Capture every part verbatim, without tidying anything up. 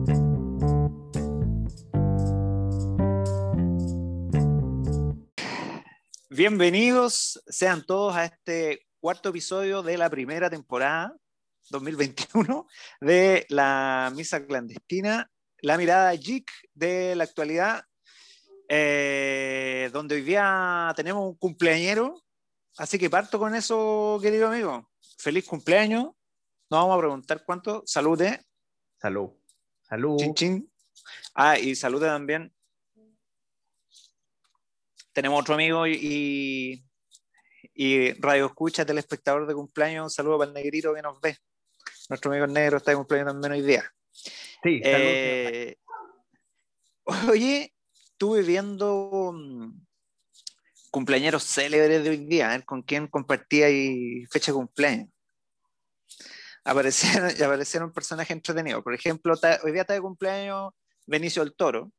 Bienvenidos sean todos a este cuarto episodio de la primera temporada dos mil veintiuno de la Misa Clandestina, la mirada geek de la actualidad, eh, donde hoy día tenemos un cumpleañero, así que parto con eso, querido amigo. Feliz cumpleaños. Nos vamos a preguntar cuánto. Salude. Salud. Salud. Chin, chin. Ah, y salude también. Tenemos otro amigo y, y radio escucha, telespectador de cumpleaños. Un saludo para el negrito que nos ve. Nuestro amigo el negro está de cumpleaños también hoy día. Sí, eh, Oye, estuve viendo um, cumpleañeros célebres de hoy día. A ver con quién compartía y fecha de cumpleaños. Aparecieron, aparecieron personajes entretenidos. Por ejemplo, ta, hoy día está de cumpleaños Benicio del Toro.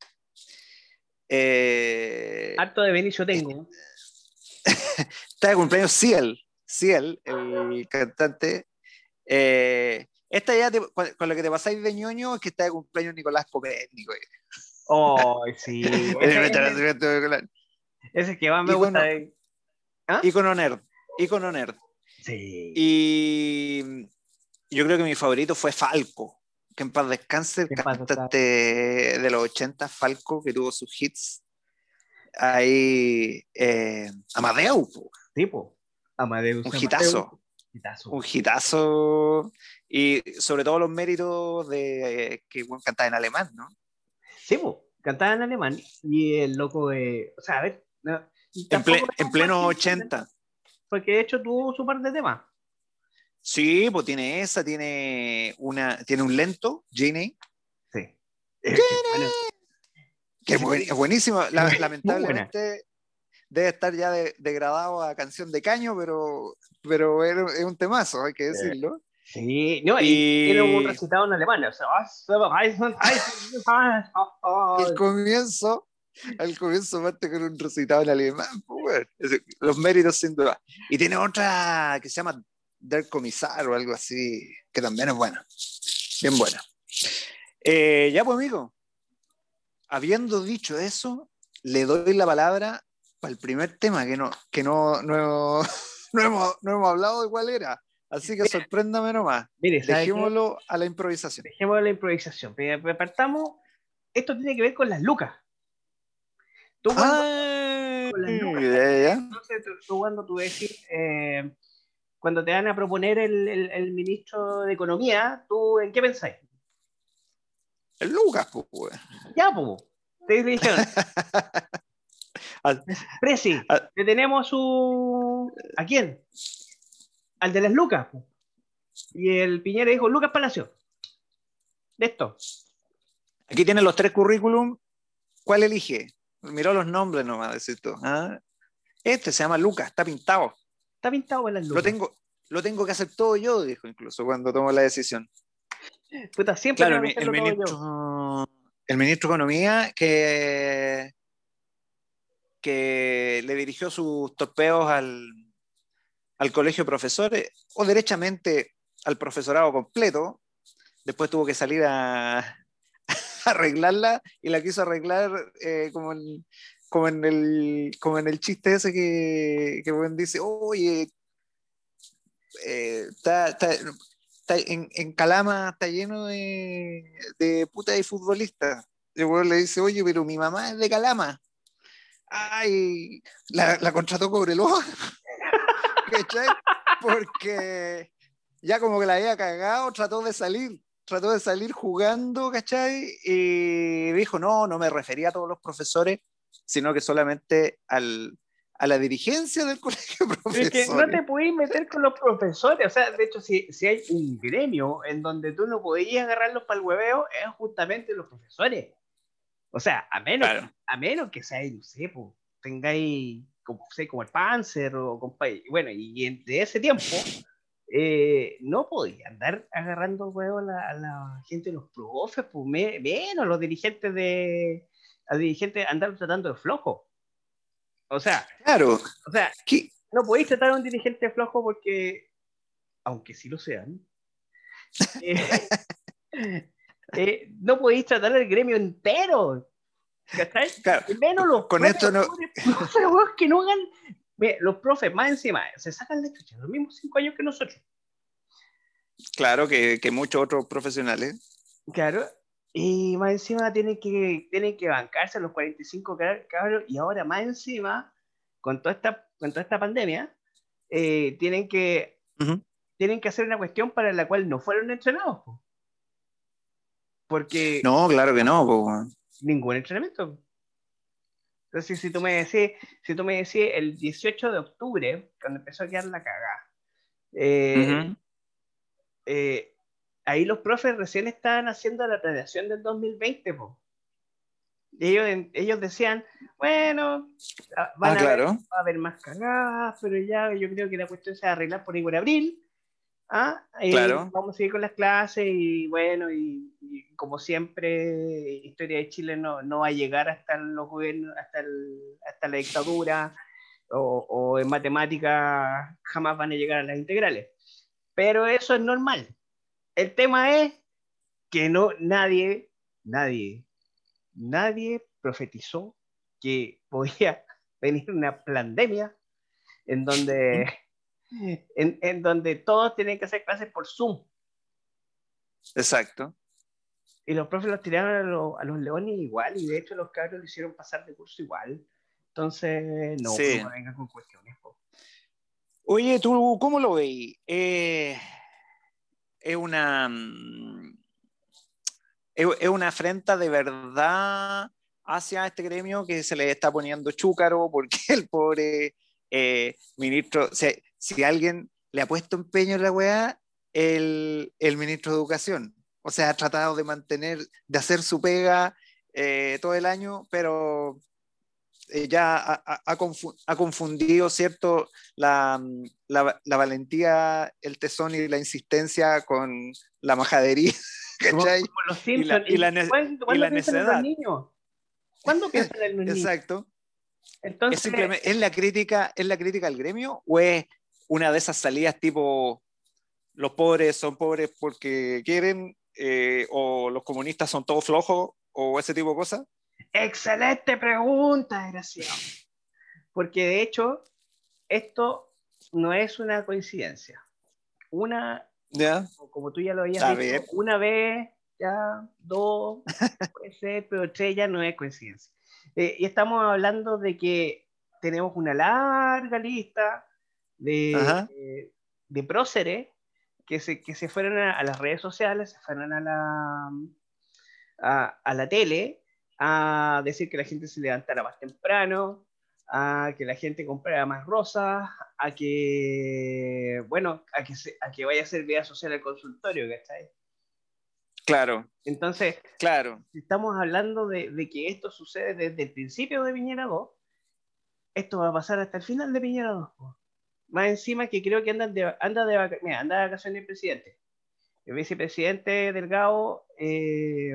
Eh, Harto de Benicio tengo. Está de cumpleaños Ciel, Ciel, el cantante. Eh, esta ya te, con, con lo que te pasáis de ñoño es que está de cumpleaños Nicolás Copérnico. Oh, sí. ese, ese, ese que más me Icono, gusta. De... ¿Ah? Icono nerd. Icono nerd. Sí. Y yo creo que mi favorito fue Falco. Que en paz descanse, el cantante de los ochenta, Falco, que tuvo sus hits. Ahí, eh, Amadeus. Tipo, Amadeus. Un hitazo. Hitazo. Un hitazo. Y sobre todo los méritos de eh, que bueno, cantaba en alemán, ¿no? Sí, pues, cantaba en alemán. Y el loco de. O sea, a ver. No, en, ple, en pleno ochenta. Porque de hecho tuvo su par de temas. Sí, pues tiene esa, tiene una, tiene un lento, Genie. Sí. Genie. Que es, buen, es buenísimo. La, lamentablemente debe estar ya de, degradado a canción de caño, pero, pero es un temazo, hay que decirlo. Sí, no, y, y era un recitado en alemán. O sea, el comienzo, al comienzo parte con un recitado en alemán, pues, bueno, los méritos sin duda. Y tiene otra que se llama Der Comisar o algo así, que también es buena, bien buena. Eh, ya pues, amigo, habiendo dicho eso, le doy la palabra para el primer tema que no, que no, no, no, hemos, no hemos hablado de cuál era. Así que sorpréndame nomás. Mire, dejémoslo qué? a la improvisación. Dejémoslo a la improvisación. Partamos, esto tiene que ver con las lucas. Tú cuando, ah, con las lucas, ya, ya. Entonces, tú, tú cuando tú decís, eh, cuando te van a proponer el, el, el ministro de Economía, ¿tú en qué pensáis? El Lucas, pues. Ya, pues. Te dijeron. Presi, le tenemos su... ¿A quién? Al de las lucas. Po. Y el Piñera dijo, Lucas Palacio. De esto. Aquí tienen los tres currículum. ¿Cuál elige? Miró los nombres nomás, decís tú. ¿Ah? Este se llama Lucas, está pintado. Está pintado con las lucas. Lo tengo, lo tengo que hacer todo yo, dijo incluso cuando tomó la decisión. Puta, siempre claro, el, el, ministro, el ministro de Economía que, que le dirigió sus torpeos al, al colegio de profesores, o derechamente al profesorado completo. Después tuvo que salir a, a arreglarla y la quiso arreglar eh, como, en, como, en el, como en el chiste ese que, que bueno, dice, oye, está... Eh, En, en Calama está lleno de, de putas y futbolistas. Y el güey le dice, oye, pero mi mamá es de Calama. Ay, la, la contrató Cobreloa. ¿Cachai? Porque ya como que la había cagado, trató de salir, trató de salir jugando, ¿cachai? Y dijo, no, no me refería a todos los profesores, sino que solamente al... a la dirigencia del colegio de profesores. Es que no te podías meter con los profesores. O sea, de hecho, si, si hay un gremio en donde tú no podías agarrarlos para el hueveo, es justamente los profesores. O sea, a menos, claro. a menos que sea, no sé, pues, tengáis como, sé, como el Panzer o compadre. Bueno, y de ese tiempo eh, no podía andar agarrando huevos a la, a la gente de los profes, pues me, menos los dirigentes de. A los dirigentes andar tratando de flojo. O sea, claro. O sea, ¿Qué? No podéis tratar a un dirigente flojo porque, aunque sí lo sean, eh, Eh, no podéis tratar el gremio entero. ¿Cachai? Claro, y menos los con profes, esto no. profes, weón, que no hagan. Mira, los profes más encima se sacan de chucha los mismos cinco años que nosotros. Claro que, que muchos otros profesionales. Claro. Y más encima tienen que, tienen que bancarse los cuarenta y cinco cabros. Y ahora más encima, con toda esta, con toda esta pandemia, eh, tienen que Uh-huh. tienen que hacer una cuestión para la cual no fueron entrenados. Po. Porque No, claro que no. Po. ningún entrenamiento. Entonces, si tú me decís, si tú me decís el dieciocho de octubre, cuando empezó a quedar la cagada, eh, Uh-huh. eh, ahí los profes recién estaban haciendo la planeación del dos mil veinte, po. Y ellos, ellos decían, bueno, van Ah, a haber, claro. va a haber más cagadas, pero ya yo creo que la cuestión se va a arreglar por ahí por abril. ¿Ah? Eh, Claro. vamos a seguir con las clases y bueno, y, y como siempre, Historia de Chile no, no va a llegar hasta los gobiernos, hasta, el, hasta la dictadura, o, o en matemáticas jamás van a llegar a las integrales. Pero eso es normal. El tema es que no, nadie, nadie, nadie profetizó que podía venir una pandemia en donde, en, en donde todos tienen que hacer clases por Zoom. Exacto. Y los profes los tiraron a, lo, a los leones igual, y de hecho los cabros lo hicieron pasar de curso igual. Entonces, no, pues Sí. no vengan con cuestiones. Po. Oye, ¿tú cómo lo veis? Eh, es una mm, es, es una afrenta de verdad hacia este gremio que se le está poniendo chúcaro porque el pobre eh, ministro, o sea, si alguien le ha puesto empeño en la weá, el, el ministro de Educación. O sea, ha tratado de mantener, de hacer su pega eh, todo el año, pero eh, ya ha, ha, ha, confundido, ¿cierto?, la, la, la, valentía, el tesón y la insistencia con la majadería, Como, ¿cachai? como los Y la, Simpsons. y la, ¿Y cuándo, y cuándo la piensan en los necedad. niños? ¿Cuándo piensan en los niños? Exacto. ¿Es Entonces, simplemente, ¿es la crítica, es la crítica al gremio o es una de esas salidas tipo los pobres son pobres porque quieren eh, o los comunistas son todos flojos o ese tipo de cosas? excelente pregunta, desgraciado. Porque de hecho, esto no es una coincidencia. Una, ¿Ya? como tú ya lo habías A dicho, ver. una vez, ya, dos, puede ser, pero tres ya no es coincidencia. Eh, y estamos hablando de que tenemos una larga lista de, Ajá. eh, de próceres que se, que se fueron a, a, las redes sociales, se fueron a la, a, a, la tele a decir que la gente se levantara más temprano, a que la gente comprara más rosas, a que, bueno, a que, se, a que vaya a hacer vida social al consultorio, ¿cachai? Claro. Entonces, claro. si estamos hablando de, de que esto sucede desde el principio de Piñera dos, esto va a pasar hasta el final de Piñera dos. Po. Más encima que creo que andan de, anda de, vaca mira, anda de vacaciones el presidente. El vicepresidente Delgado, eh,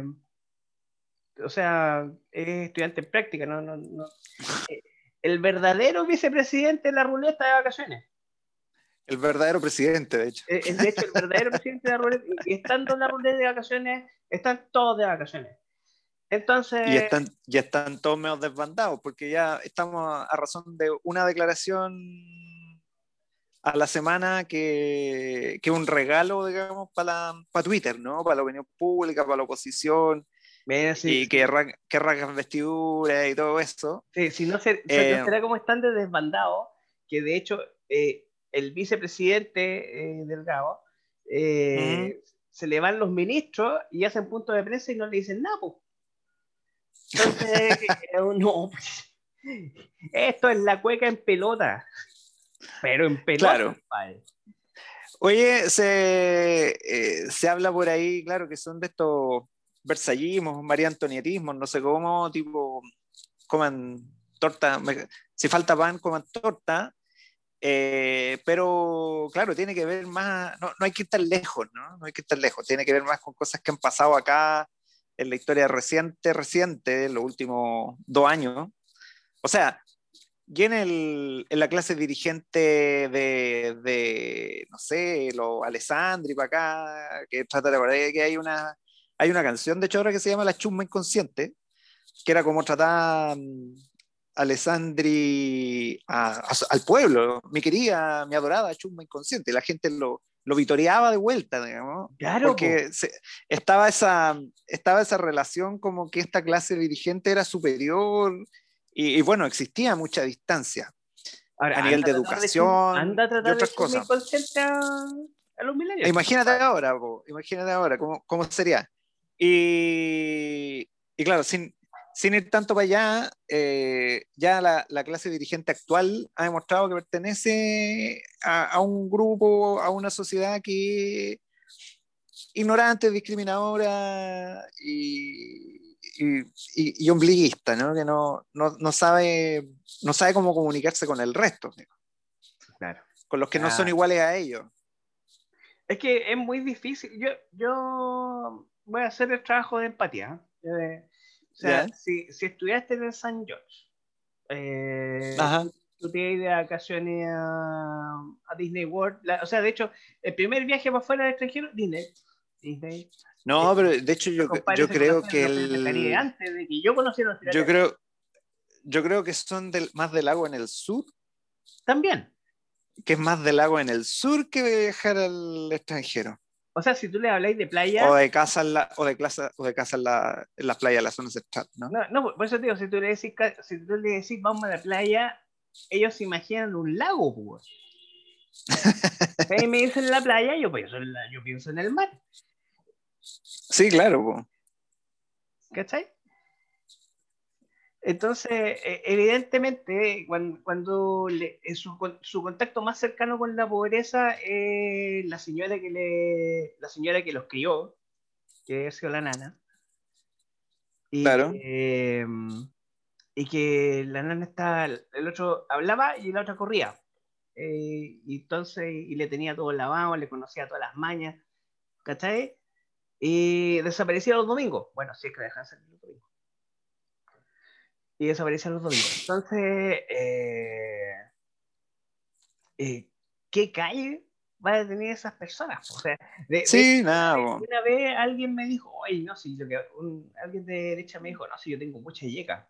o sea, es estudiante en práctica, no, no, no. Eh, el verdadero vicepresidente de la ruleta de vacaciones. El verdadero presidente, de hecho. Eh, de hecho, el verdadero presidente de la ruleta, y estando en la ruleta de vacaciones, están todos de vacaciones. Entonces. Y están, ya están todos medio desbandados, porque ya estamos a, a razón de una declaración a la semana que, que un regalo, digamos, para, para Twitter, ¿no? Para la opinión pública, para la oposición, Mira, sí, y sí. que, ra, que rasgan vestiduras y todo eso. Sí, si no, se, Eh, no será como están de desbandados, que de hecho eh, el vicepresidente eh, Delgado eh, uh-huh. se le van los ministros y hacen punto de prensa y no le dicen nada. Po. Entonces, no, pues, esto es la cueca en pelota, pero en pelota, claro. padre. Oye, se, eh, se habla por ahí, claro, que son de estos versallismos, maría antonietismos, no sé cómo, tipo, coman torta, me, si falta pan, coman torta, eh, pero claro, tiene que ver más, no, no hay que estar lejos, ¿no? No hay que estar lejos, tiene que ver más con cosas que han pasado acá en la historia reciente, reciente, en los últimos dos años. O sea, y en, el, en la clase dirigente de, de no sé, los Alessandri para acá, que trata de ver que hay una, hay una canción de hecho ahora que se llama La Chusma Inconsciente, que era como tratar um, Alessandri a, a, al pueblo, mi querida, mi adorada Chusma Inconsciente, la gente lo, lo vitoreaba de vuelta, digamos, Claro, porque se, estaba, esa, estaba esa relación como que esta clase dirigente era superior y, y bueno, existía mucha distancia ahora, a nivel anda de a tratar de, chum, educación anda a y tratar de otras chumir cosas. inconsciente a, a los millennials. Imagínate ahora, po, imagínate ahora, ¿cómo, cómo sería? Y, y claro, sin, sin ir tanto para allá, eh, ya la, la, clase dirigente actual ha demostrado que pertenece a, a, un grupo, a una sociedad que ignorante, discriminadora y, y, y, y ombliguista, ¿no? Que no, no, no, sabe, no sabe cómo comunicarse con el resto, ¿no? Claro. Con los que no Ah. son iguales a ellos. Es que es muy difícil. Yo, yo voy a hacer el trabajo de empatía. Eh, o sea, si, si estudiaste en el San George, eh, tú, tú te ibas de vacaciones a, a Disney World. La, o sea, de hecho, el primer viaje para fuera del extranjero, Disney. Disney. No, eh, pero de hecho yo, yo creo que el... antes de que yo conociera los yo creo, yo creo que son del, más del lago en el sur. También. Que es más del lago en el sur que viajar al extranjero. O sea, si tú le habláis de playa... O de casa en, la, o de casa, o de casa en, la, en las playas, en la zona central, ¿no? No, no, por eso te digo, si tú le decís, si tú le decís vamos a la playa, ellos se imaginan un lago, pues. Si me dicen la playa, yo pienso, en la, yo pienso en el mar. Sí, claro, pues. ¿Cachai? Entonces, evidentemente, cuando, cuando le, su, su contacto más cercano con la pobreza es la señora que le, la señora que los crió, que es la nana. Y, claro. eh, y que la nana está, el otro hablaba y la otra corría. Eh, y entonces, y le tenía todo lavado, le conocía todas las mañas, ¿cachai? Y desaparecía los domingos. Bueno, sí es que la dejan salir los domingos. Y desaparecía los domingos. Entonces, eh, eh, ¿qué calle va a tener esas personas? O sea, de, sí, de nada, una, vez, una vez alguien me dijo, oye, no, si yo, un, alguien de derecha me dijo, no, si yo tengo mucha yeca.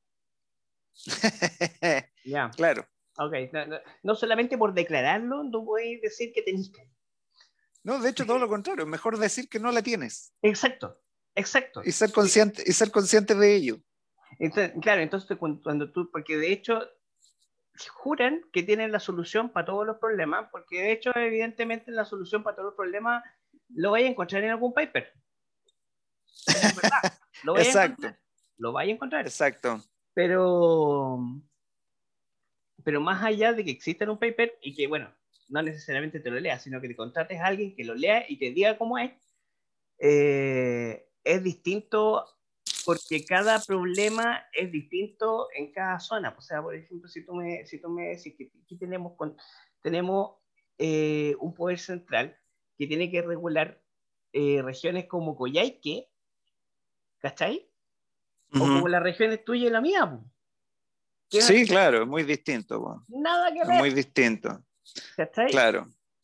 Ya. Claro. Ok, no, no, no solamente por declararlo, no puedes decir que tenés que. No, de hecho, todo lo contrario, es mejor decir que no la tienes. Exacto, exacto. Y ser consciente, y ser consciente de ello. Entonces, claro, entonces cuando, cuando tú, porque de hecho juran que tienen la solución para todos los problemas, porque de hecho, evidentemente, la solución para todos los problemas lo vais a encontrar en algún paper. Es verdad, lo vais a encontrar. Lo vais a encontrar. Exacto. Pero, pero más allá de que exista en un paper y que, bueno, no necesariamente te lo leas, sino que te contrates a alguien que lo lea y te diga cómo es, eh, es distinto porque cada problema es distinto en cada zona. O sea, por ejemplo, si tú me, si tú me decís que aquí tenemos, con, tenemos eh, un poder central que tiene que regular eh, regiones como Coyhaique, ¿cachai? Uh-huh. O como las regiones tuya y la mía. Sí, es, claro, es muy distinto. Po. Nada que ver. Es muy distinto. ¿Cachai? Claro.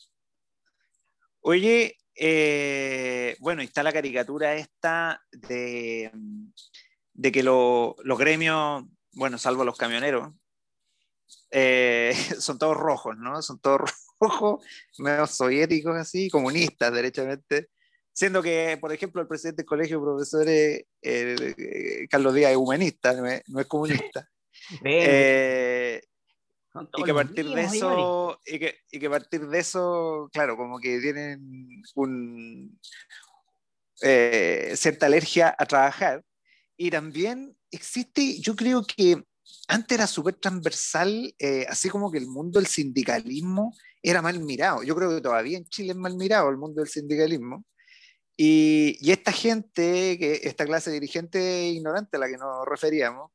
Oye, eh, bueno, está la caricatura esta de, de que lo, los gremios, bueno, salvo los camioneros, eh, son todos rojos, ¿no? Son todos rojos, medio soviéticos así, comunistas, derechamente. Siendo que, por ejemplo, el presidente del colegio de profesores, eh, Carlos Díaz, es humanista, no es, no es comunista. eh, y que a partir de eso y que, y que a partir de eso claro como que tienen un eh, cierta alergia a trabajar y también existe, yo creo que antes era súper transversal, eh, así como que el mundo del sindicalismo era mal mirado. Yo creo que todavía en Chile es mal mirado el mundo del sindicalismo. Y, y esta gente, que esta clase dirigente ignorante a la que nos referíamos,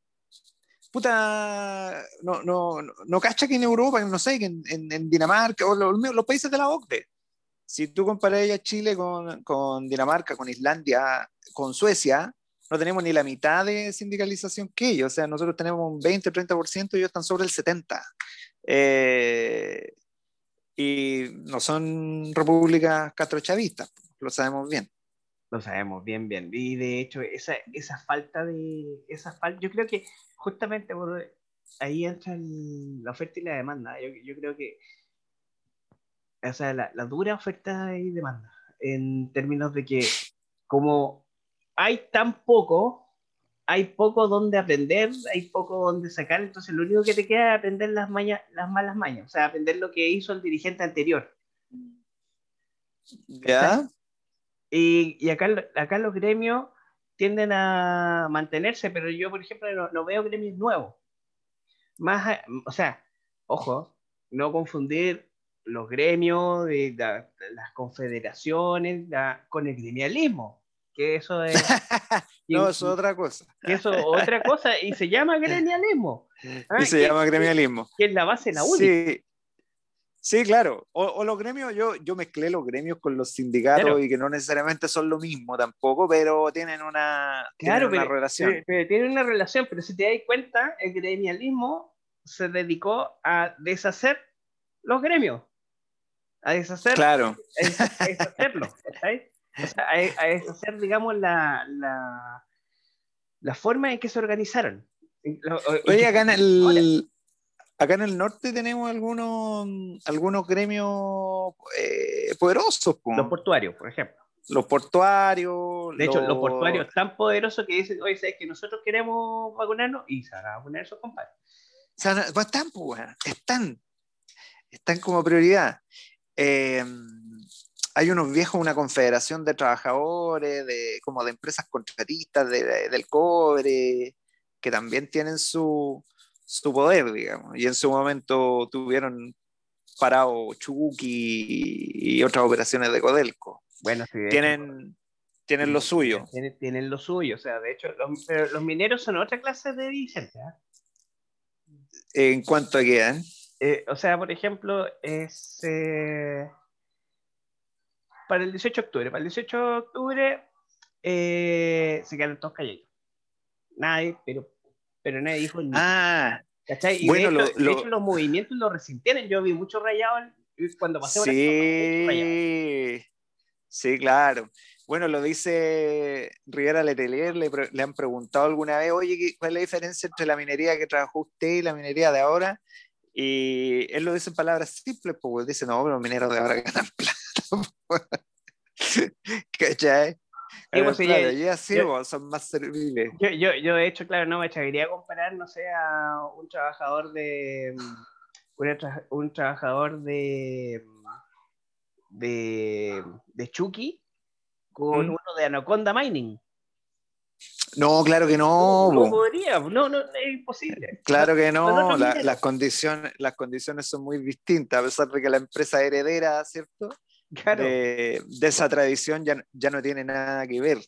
puta, no, no, no, no cacha que en Europa, no sé, que en, en, en Dinamarca, o los, los países de la O C D E, si tú comparas a Chile con, con Dinamarca, con Islandia, con Suecia, no tenemos ni la mitad de sindicalización que ellos. O sea, nosotros tenemos un veinte o treinta por ciento y ellos están sobre el setenta por ciento. Eh, y no son repúblicas castrochavistas, lo sabemos bien. Lo sabemos bien, bien. Y de hecho, esa, esa falta de... Esa falta, yo creo que justamente por ahí entra el- la oferta y la demanda. Yo, yo creo que, o sea, la, la dura oferta y demanda, en términos de que como hay tan poco, hay poco donde aprender, hay poco donde sacar, entonces lo único que te queda es aprender las mañas, las malas mañas, o sea, aprender lo que hizo el dirigente anterior. ¿Cachai? ¿Ya? Y, y acá, acá los gremios tienden a mantenerse, pero yo, por ejemplo, no, no veo gremios nuevos. Más, a- o sea, ojo, no confundir los gremios de, la- de las confederaciones la- con el gremialismo, que eso es, No, que, eso es otra cosa. que eso es otra cosa y se llama gremialismo, Y ¿ah? se que, llama que- gremialismo. que es la base de la U D I. Sí, sí, claro. O, o los gremios, yo, yo mezclé los gremios con los sindicatos Claro, y que no necesariamente son lo mismo tampoco, pero tienen una, tienen claro, una pero, pero, relación. pero tiene una relación, pero si te das cuenta, el gremialismo se dedicó a deshacer los gremios, a deshacer, Claro. a des- a deshacerlos, ¿cachai? O sea, a, a deshacer, digamos, la, la, la forma en que se organizaron. Y, lo- y Oye, que se acá en organizan ahora. el, acá en el norte tenemos algunos, algunos gremios eh, poderosos, po. Los portuarios, por ejemplo. Los portuarios, De hecho, los los... portuarios tan poderosos que dicen, oye, ¿sabes que nosotros queremos vacunarnos? Y se van a vacunar esos compadres. O sea, no, pues están, po, weón, están, están como prioridad. Eh, hay unos viejos, una confederación de trabajadores, de, como de empresas contratistas de, de- del cobre, que también tienen su, su poder, digamos, y en su momento tuvieron parado Chucky y otras operaciones de Codelco. Bueno, sí, de hecho, Tienen, tienen lo tienen, suyo. tienen, tienen lo suyo. O sea, de hecho, los, pero los mineros son otra clase de dirigentes. ¿Ah? En cuanto a que, ¿eh? Eh, o sea, por ejemplo, es eh, para el dieciocho de octubre. Para el dieciocho de octubre eh, se quedaron todos calladitos. Nadie, pero, pero nadie dijo ni pu. Ah, ¿Cachai? Y de bueno, hecho, lo, de hecho lo, los movimientos lo resintieron. Yo vi muchos rayados cuando pasé por aquí, muchos rayados. sí, sí, claro. Bueno, lo dice Rivera Letelier, le, pre- le han preguntado alguna vez, oye, ¿qué- ¿cuál es la diferencia entre la minería que trabajó usted y la minería de ahora? Y él lo dice en palabras simples, pues dice, no, pero los mineros de ahora ganan plata. ¿Cachai? Sí, pues Ganan sí, yo, plata, y así, yo, pues, son más serviles. yo, yo, yo, de hecho, claro, no me atrevería a comparar, no sé, a un trabajador de un, tra- un trabajador de de, de Chucky con ¿Mm? uno de Anaconda Mining. No, claro que No, no, no po. podría, no, no, es imposible. Son, Claro que son no, otros la- mineros. las condiciones, las condiciones son muy distintas, a pesar de que la empresa heredera, ¿cierto? Claro. De, de esa tradición ya, ya no tiene nada que ver.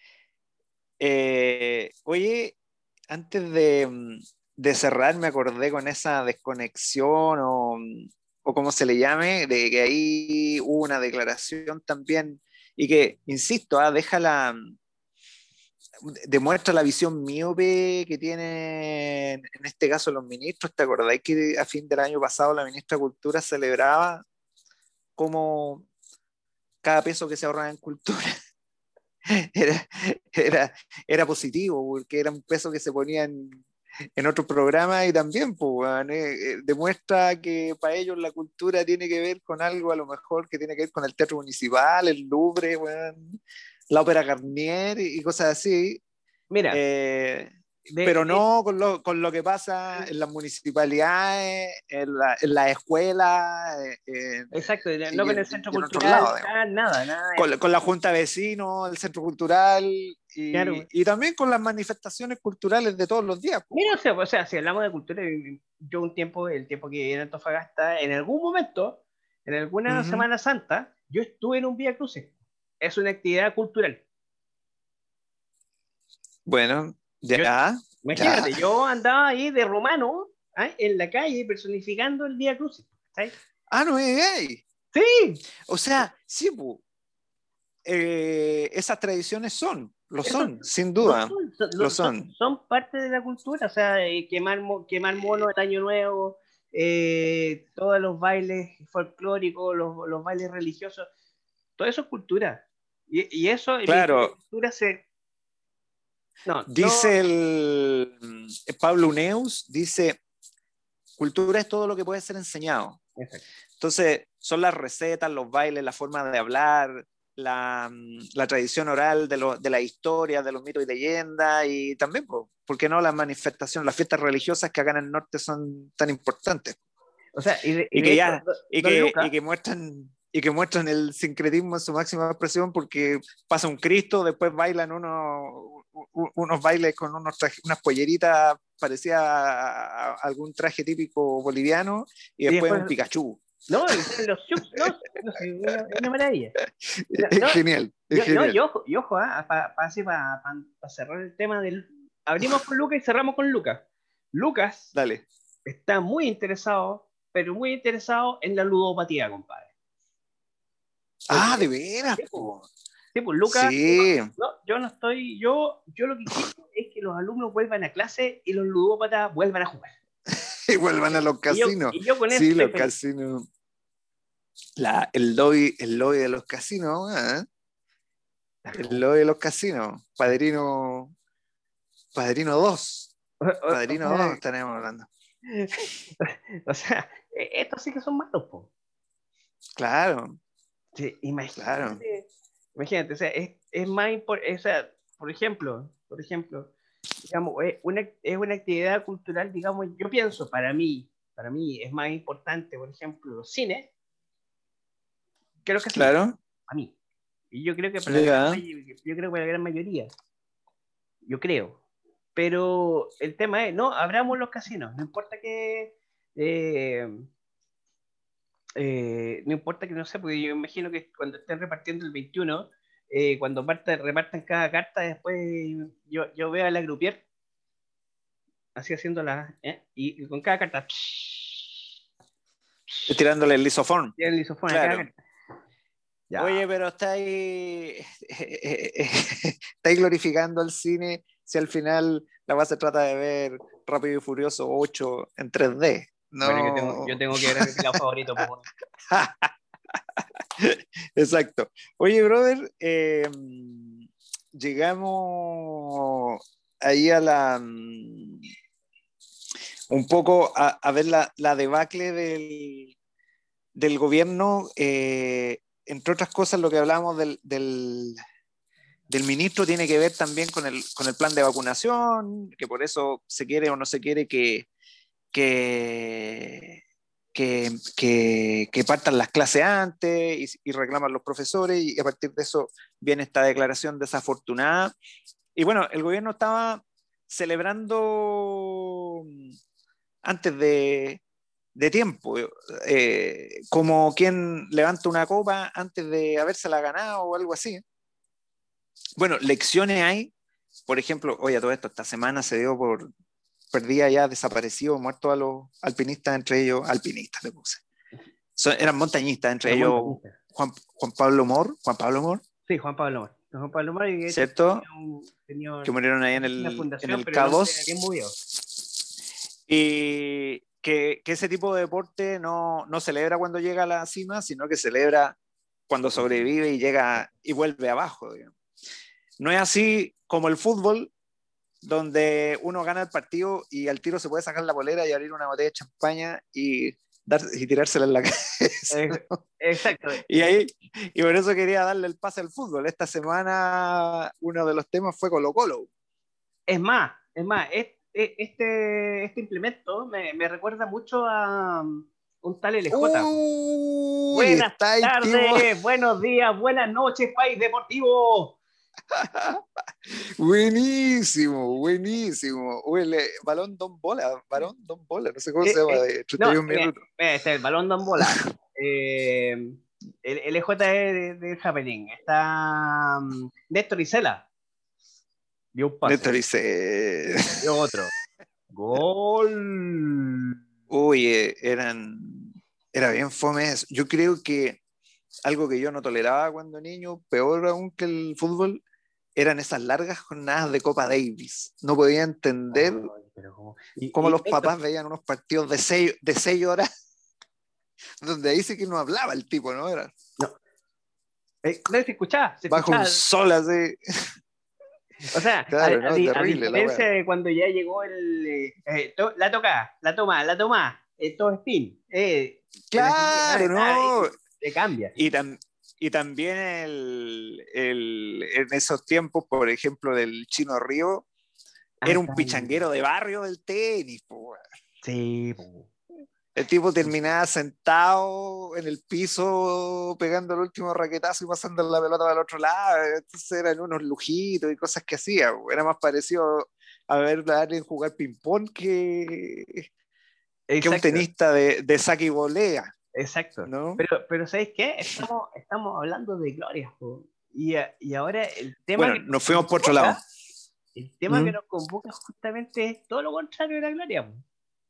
Eh, oye, antes de, mm, de cerrar, me acordé con esa desconexión o, o como se le llame, de que ahí hubo una declaración también y que, insisto, ah, deja la, demuestra la visión miope que tienen en este caso los ministros. ¿Te acordáis que a fin del año pasado la ministra de Cultura celebraba como cada peso que se ahorraba en cultura era, era, era positivo, porque era un peso que se ponía en, en otros programas y también pues, bueno, eh, eh, demuestra que para ellos la cultura tiene que ver con algo a lo mejor que tiene que ver con el Teatro Municipal, el Louvre, bueno, la Ópera Garnier y, y cosas así. Mira, Eh, de, pero de, no con lo, con lo que pasa en las municipalidades, en la, en la escuelas, eh, exacto, no y, con el en, centro y en otros cultural, lados, digamos. nada, nada, nada de Con, eso. con la Junta de Vecinos, el Centro Cultural y, Claro. y también con las manifestaciones culturales de todos los días. Mira, o Pues. sea, o sea, si hablamos de cultura, yo un tiempo, el tiempo que viví en Antofagasta, en algún momento, en alguna Uh-huh. Semana Santa, yo estuve en un Vía Crucis. Es una actividad cultural. Bueno, Yo, ya, ya. imagínate, yo andaba ahí de romano, ¿ah? En la calle personificando el Vía Crucis. ¿Sabes? Ah, no es gay. Sí, O sea, sí, pues, eh, esas tradiciones son, lo eso son, sin lo duda, son, son, lo lo- son, son. son parte de la cultura, o sea, eh, quemar, mo- quemar monos el año nuevo, eh, todos los bailes folclóricos, los, los bailes religiosos, todo eso es cultura. Y, y eso en claro. cultura se... No, dice yo... el Pablo Uneus, dice, cultura es todo lo que puede ser enseñado. Exacto. Entonces, son las recetas, los bailes, la forma de hablar, la, la tradición oral de, lo, de la historia, de los mitos y leyendas, y también, ¿por qué no las manifestaciones, las fiestas religiosas que acá en el norte son tan importantes? O sea, y de, y y de que hecho, ya, y Don que, Lucas, y que muestran y que muestran el sincretismo en su máxima expresión, porque pasa un Cristo, después bailan unos, unos bailes con unos traje, unas polleritas parecidas a algún traje típico boliviano, y y después después, un Pikachu. no, y salen los chups, no, no sé, una, una maravilla. No, Es no, genial, es yo, no, genial. y ojo, y ojo, ¿ah? Para pa, pa, pa, pa cerrar el tema del... Abrimos con Lucas y cerramos con Lucas. Lucas Dale. está muy interesado, pero muy interesado en la ludopatía, compadre. Porque, Ah, de veras, sí, pues, po. sí, pues, Lucas, Sí. no, yo no estoy, yo, yo lo que quiero es que los alumnos vuelvan a clase y los ludópatas vuelvan a jugar. Y vuelvan a los Y yo, casinos. y yo con eso Sí, estoy los feliz. casinos. La, el, lobby, el lobby de los casinos, ¿eh? El lobby de los casinos. Padrino, Padrino dos. O, o, o Padrino sea, dos estaremos hablando. o sea, estos sí que son malos, po. Claro, Sí, claro. imagínate, imagínate, o sea, es, es más importante, o sea, por ejemplo, por ejemplo, digamos, es una, es una actividad cultural, digamos, yo pienso, para mí, para mí es más importante, por ejemplo, los cines, que los casinos, Claro. a mí. Y yo creo que para la gran, Ya. yo creo que para la gran mayoría, yo creo. Pero el tema es, no, abramos los casinos, no importa que, eh, eh, no importa que no sé, porque yo imagino que cuando estén repartiendo el veintiuno, eh, cuando parta, repartan cada carta, después yo, yo veo a la grupier así haciéndola, ¿eh? y, y con cada carta, Tirándole el lisofón. tiene el lisofón a cada Claro. carta. Ya. Oye, pero estáis estáis glorificando al cine si al final la base trata de ver Rápido y Furioso ocho en tres D. Bueno, yo tengo, yo No. tengo que ver a mi pelado favorito, pues. Exacto. Oye, brother, eh, llegamos ahí a la un poco a, a ver la, la debacle del, del gobierno, eh, entre otras cosas lo que hablábamos del, del, del ministro tiene que ver también con el, con el plan de vacunación, que por eso se quiere o no se quiere que, que, que, que, que partan las clases antes y, y reclaman los profesores, y a partir de eso viene esta declaración desafortunada. Y bueno, el gobierno estaba celebrando antes de, de tiempo, eh, como quien levanta una copa antes de habérsela ganado o algo así. Bueno, lecciones hay, por ejemplo, oye, todo esto, esta semana se dio por perdida ya, desaparecido, muerto a los alpinistas, entre ellos, alpinistas le puse. Son, eran montañistas, entre Era ellos montañista. Juan, Juan Pablo Mor, Juan Pablo Mor. Sí, Juan Pablo Mor. Juan Pablo Mor, y de hecho ¿Cierto? tenía un, tenía Que murieron ahí en una el, en fundación, el pero el hombre K dos. era bien movido. Y que, que ese tipo de deporte no, no celebra cuando llega a la cima, sino que celebra cuando sobrevive y llega y vuelve abajo, digamos. No es así como el fútbol, donde uno gana el partido y al tiro se puede sacar la polera y abrir una botella de champaña y, dar, y tirársela en la cabeza, ¿no? Exacto. Y ahí, y por eso quería darle el pase al fútbol. Esta semana uno de los temas fue Colo Colo. Es más, es más, es, es, este, este implemento me, me recuerda mucho a un tal L J. Uy, Buenas está ahí, tipo. tardes, buenos días, buenas noches, país deportivo. Buenísimo, buenísimo. Uy, el balón Don Bola, balón Don Bola, no sé cómo Eh, se llama, eh, de no, treinta y un mira, minutos. mira, este es el balón de bola. Eh, el L J es del Happening. Está um, Néstor Isela. Dio un pase. Néstor dice. Dio otro. Gol. Uy, eh, eran. Era bien fome eso. Yo creo que algo que yo no toleraba cuando niño, peor aún que el fútbol, eran esas largas jornadas de Copa Davis. No podía entender Ay, pero cómo, y, cómo y los Néstor, papás veían unos partidos de seis, de seis horas, donde ahí sí que no hablaba el tipo, ¿no? Era. no. Eh, no se escuchaba, se bajo escuchaba. un sol así. O sea, Claro, a, no, a, di- a terrible la diferencia weá. de cuando ya llegó el eh, eh, to- la toca, la toma, la toma, eh, todo spin, eh, te la seguía, Claro, nada, nada, no. y te cambia. Y, tam- y también el, el- en esos tiempos, por ejemplo, del Chino Río, Ah, era un está bien. pichanguero de barrio del tenis, po, weón. Sí, po. El tipo terminaba sentado en el piso pegando el último raquetazo y pasando la pelota para el otro lado. Entonces eran unos lujitos y cosas que hacía. Era más parecido a ver a alguien jugar ping-pong que, que un Exacto, tenista de, de saque y volea, exacto. ¿no? Pero, pero ¿sabéis qué? Estamos, estamos hablando de glorias, po. Y, a- y ahora el tema Bueno, que nos nos fuimos por otro lado. convoca, el tema que ¿Mm? nos convoca justamente es todo lo contrario de la gloria, po.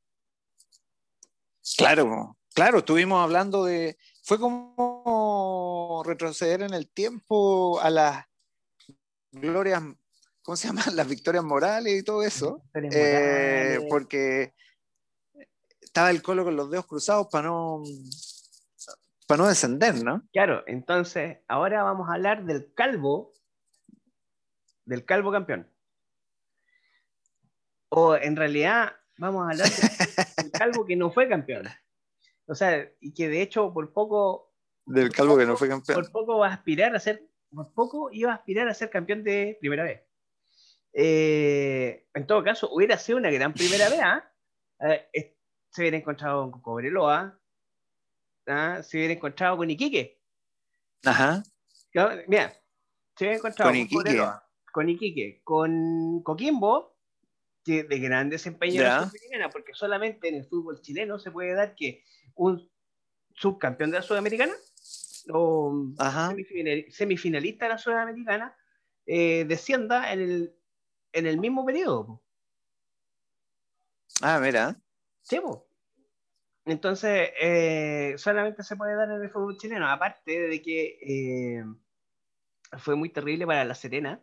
Claro, claro, estuvimos hablando de. Fue como retroceder en el tiempo a las glorias, ¿cómo se llaman? Las victorias morales y todo eso, Historias eh, morales. porque estaba el Colo con los dedos cruzados para no, para no descender, ¿no? Claro, entonces ahora vamos a hablar del calvo, del calvo campeón. O en realidad vamos a hablar del, del calvo que no fue campeón. O sea, y que de hecho por poco, Del por Calvo que no fue poco, campeón. por poco va a aspirar a ser, por poco iba a aspirar a ser campeón de primera vez. Eh, en todo caso, hubiera sido una gran primera vez, ¿ah? Eh, se hubiera encontrado con Cobreloa, ¿ah? Se hubiera encontrado con Iquique. Ajá, ¿No? Mira, se hubiera encontrado con con Iquique. Cobreloa, con Iquique, con Coquimbo, que de gran desempeño en la Ya, Sudamericana, porque solamente en el fútbol chileno se puede dar que un subcampeón de la Sudamericana o ajá. semifinal, semifinalista de la Sudamericana eh, descienda en el, en el mismo periodo. Ah, mira. ¿Sí, po? Entonces, eh, solamente se puede dar en el fútbol chileno, aparte de que eh, fue muy terrible para La Serena,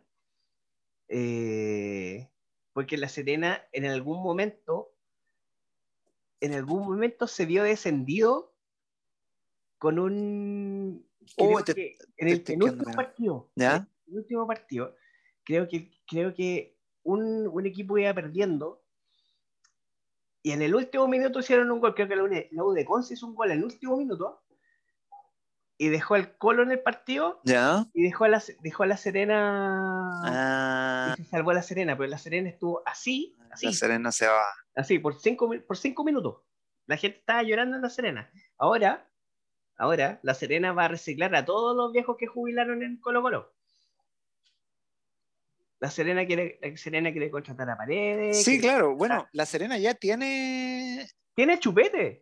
eh, porque La Serena en algún momento, en algún momento se vio descendido con un, Oh, creo te, que en te el estoy quedando, penúltimo mira. partido, en ¿Ya? el último partido, creo que, creo que un, un equipo iba perdiendo y en el último minuto hicieron un gol, creo que la U, la U de Conce hizo un gol en el último minuto y dejó al Colo en el partido ¿Ya? y dejó a la, dejó a la Serena y Ah, se salvó a la Serena, pero la Serena estuvo así, la así, Serena se va. así, por cinco, por cinco minutos. La gente estaba llorando en la Serena. Ahora, ahora, la Serena va a reciclar a todos los viejos que jubilaron en Colo Colo. La Serena quiere, la Serena quiere contratar a Paredes, Sí, quiere claro. contratar... Bueno, la Serena ya tiene. Tiene chupete.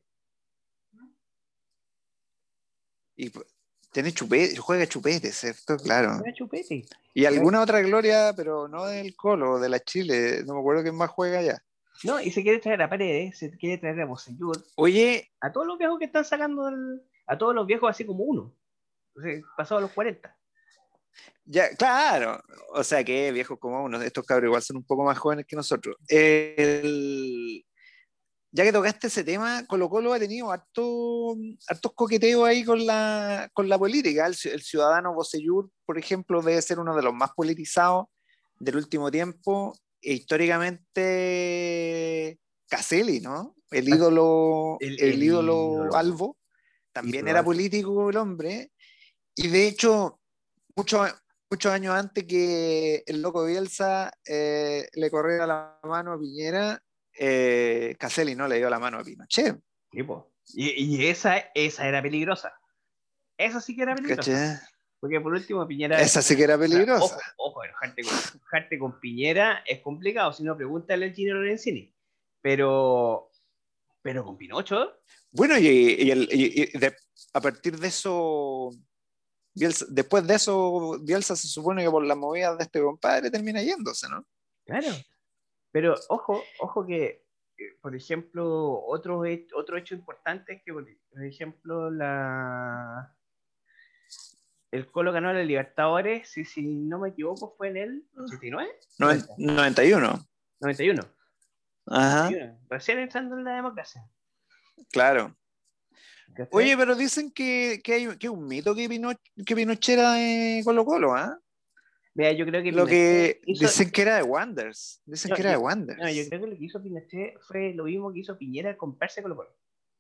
Y p- tiene chupete, juega chupete, ¿cierto? Claro. Tiene chupete. Y Eh, alguna otra gloria, pero no del Colo, de la Chile. No me acuerdo quién más juega ya. No, y se quiere traer a Paredes, se quiere traer a Bosellur, Oye, a todos los viejos que están sacando, el, a todos los viejos así como uno, o sea, pasados los cuarenta. ya, claro. O sea que viejos como uno, estos cabros igual son un poco más jóvenes que nosotros. El, ya que tocaste ese tema, Colo Colo ha tenido harto, hartos coqueteos ahí con la, con la política. El, el ciudadano Bocellur, por ejemplo, debe ser uno de los más politizados del último tiempo. E históricamente, Caselli, ¿no? El ídolo, El, el el ídolo ídolo, Albo, también ídolo era alto. político el hombre. Y de hecho, muchos muchos años antes que el loco Bielsa eh, le corriera la mano a Piñera, eh, Caselli no le dio la mano a Pinochet. Tipo. Y, y esa, esa era peligrosa. Esa sí que era peligrosa. ¿Cachai? Porque por último, Piñera. Esa sí que era O sea, peligrosa. ojo, ojo, enojarte con, enojarte con Piñera es complicado. Si no, pregúntale al Gino Lorenzini. Pero, pero con Pinocho, Bueno, y, y, el, y, y de, a partir de eso, Bielsa, después de eso, Bielsa se supone que por las movidas de este compadre termina yéndose, ¿no? claro. Pero ojo, ojo que, eh, por ejemplo, otro, he- otro hecho importante es que, por por ejemplo, la, el Colo ganó la Libertadores, si, si no me equivoco, fue en el ochenta y nueve, Noven- noventa, noventa y uno. noventa y uno, Ajá, noventa y uno, recién entrando en la democracia. claro. Oye, pero dicen que, que hay que un mito que, Pinoch, que Pinochet era de Colo Colo, ¿ah? Mira, yo creo que Lo que hizo, dicen que era de Wanderers. Dicen no, que era yo, de Wanderers. No, yo creo que lo que hizo Pinochet fue lo mismo que hizo Piñera al comprarse Colo Colo.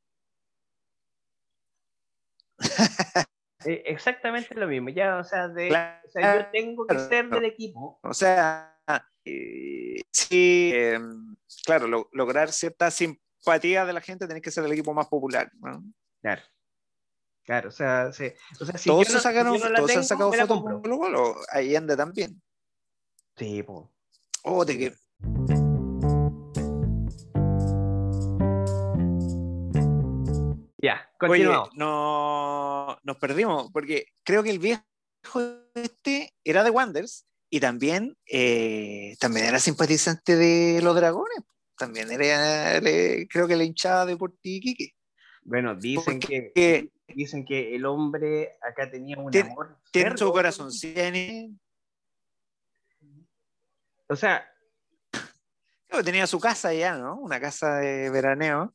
eh, exactamente lo mismo. Ya, o sea, de, claro, o sea, yo tengo que ser del equipo. O sea, eh, sí, eh, claro, lo, lograr cierta simpatía de la gente, tenés que ser el equipo más popular, ¿no? Claro. Claro, o sea, sí. O sea si todos yo no, se sacaron, si yo no la todos tengo, se han sacado me la fotos compro. con Colo Colo, Allende también. Sí, pues. Oh, te que... Ya, continuamos. Oye, no, nos perdimos, porque creo que el viejo este era de Wanderers y también, eh, también era simpatizante de los Dragones. También era, le, creo que le hinchaba de Porti Iquique. Bueno, dicen que, que dicen que el hombre acá tenía un tiene, amor tiene su corazón, tiene... O sea, claro, tenía su casa allá, ¿no? Una casa de veraneo.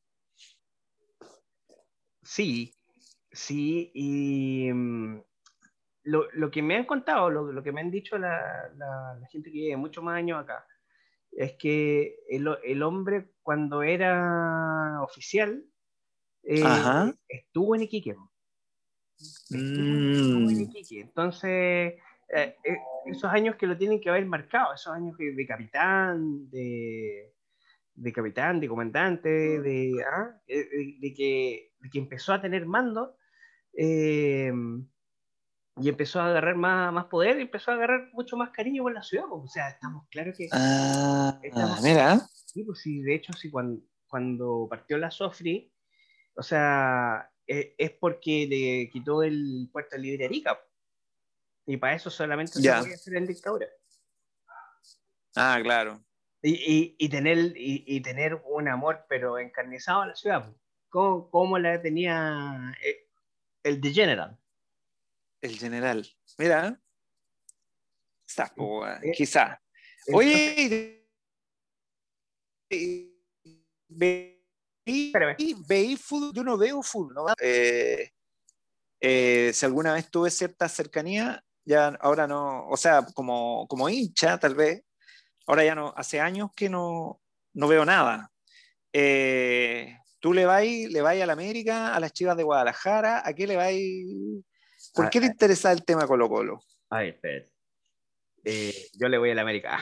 Sí, sí, y um, lo, lo que me han contado, lo, lo que me han dicho la, la, la gente que vive muchos más años acá, es que el, el hombre cuando era oficial eh, estuvo en Iquique. Estuvo, en, estuvo en Iquique. Entonces, eh, eh, esos años que lo tienen que haber marcado, esos años que, de capitán, de, de capitán, de comandante, de, ¿ah? de, de, que, de que empezó a tener mando, eh, y empezó a agarrar más, más poder y empezó a agarrar mucho más cariño por la ciudad. Pues. O sea, estamos claros que... Ah, estamos, mira. Sí, pues sí, de hecho, sí, cuando, cuando partió la Sofri, o sea, es, es porque le quitó el puerto libre Arica. Y para eso solamente se Ya. podía hacer en dictadura. Ah, claro. Y, y, y, tener, y, y tener un amor, pero encarnizado a la ciudad. Como, como la tenía el, el The General. El general. Mira. Sapo, Eh, quizá. entonces, Oye, veí, veí fútbol. Yo no veo fútbol, ¿no? Eh, eh, si alguna vez tuve cierta cercanía, ya ahora no, o sea, como, como hincha tal vez, ahora ya no, hace años que no, no veo nada. Eh, ¿Tú le vas le vas a la América, a las Chivas de Guadalajara? ¿A qué le vas? ¿Por qué te interesa el tema Colo Colo? A ver, espérate. Eh, yo le voy a la América.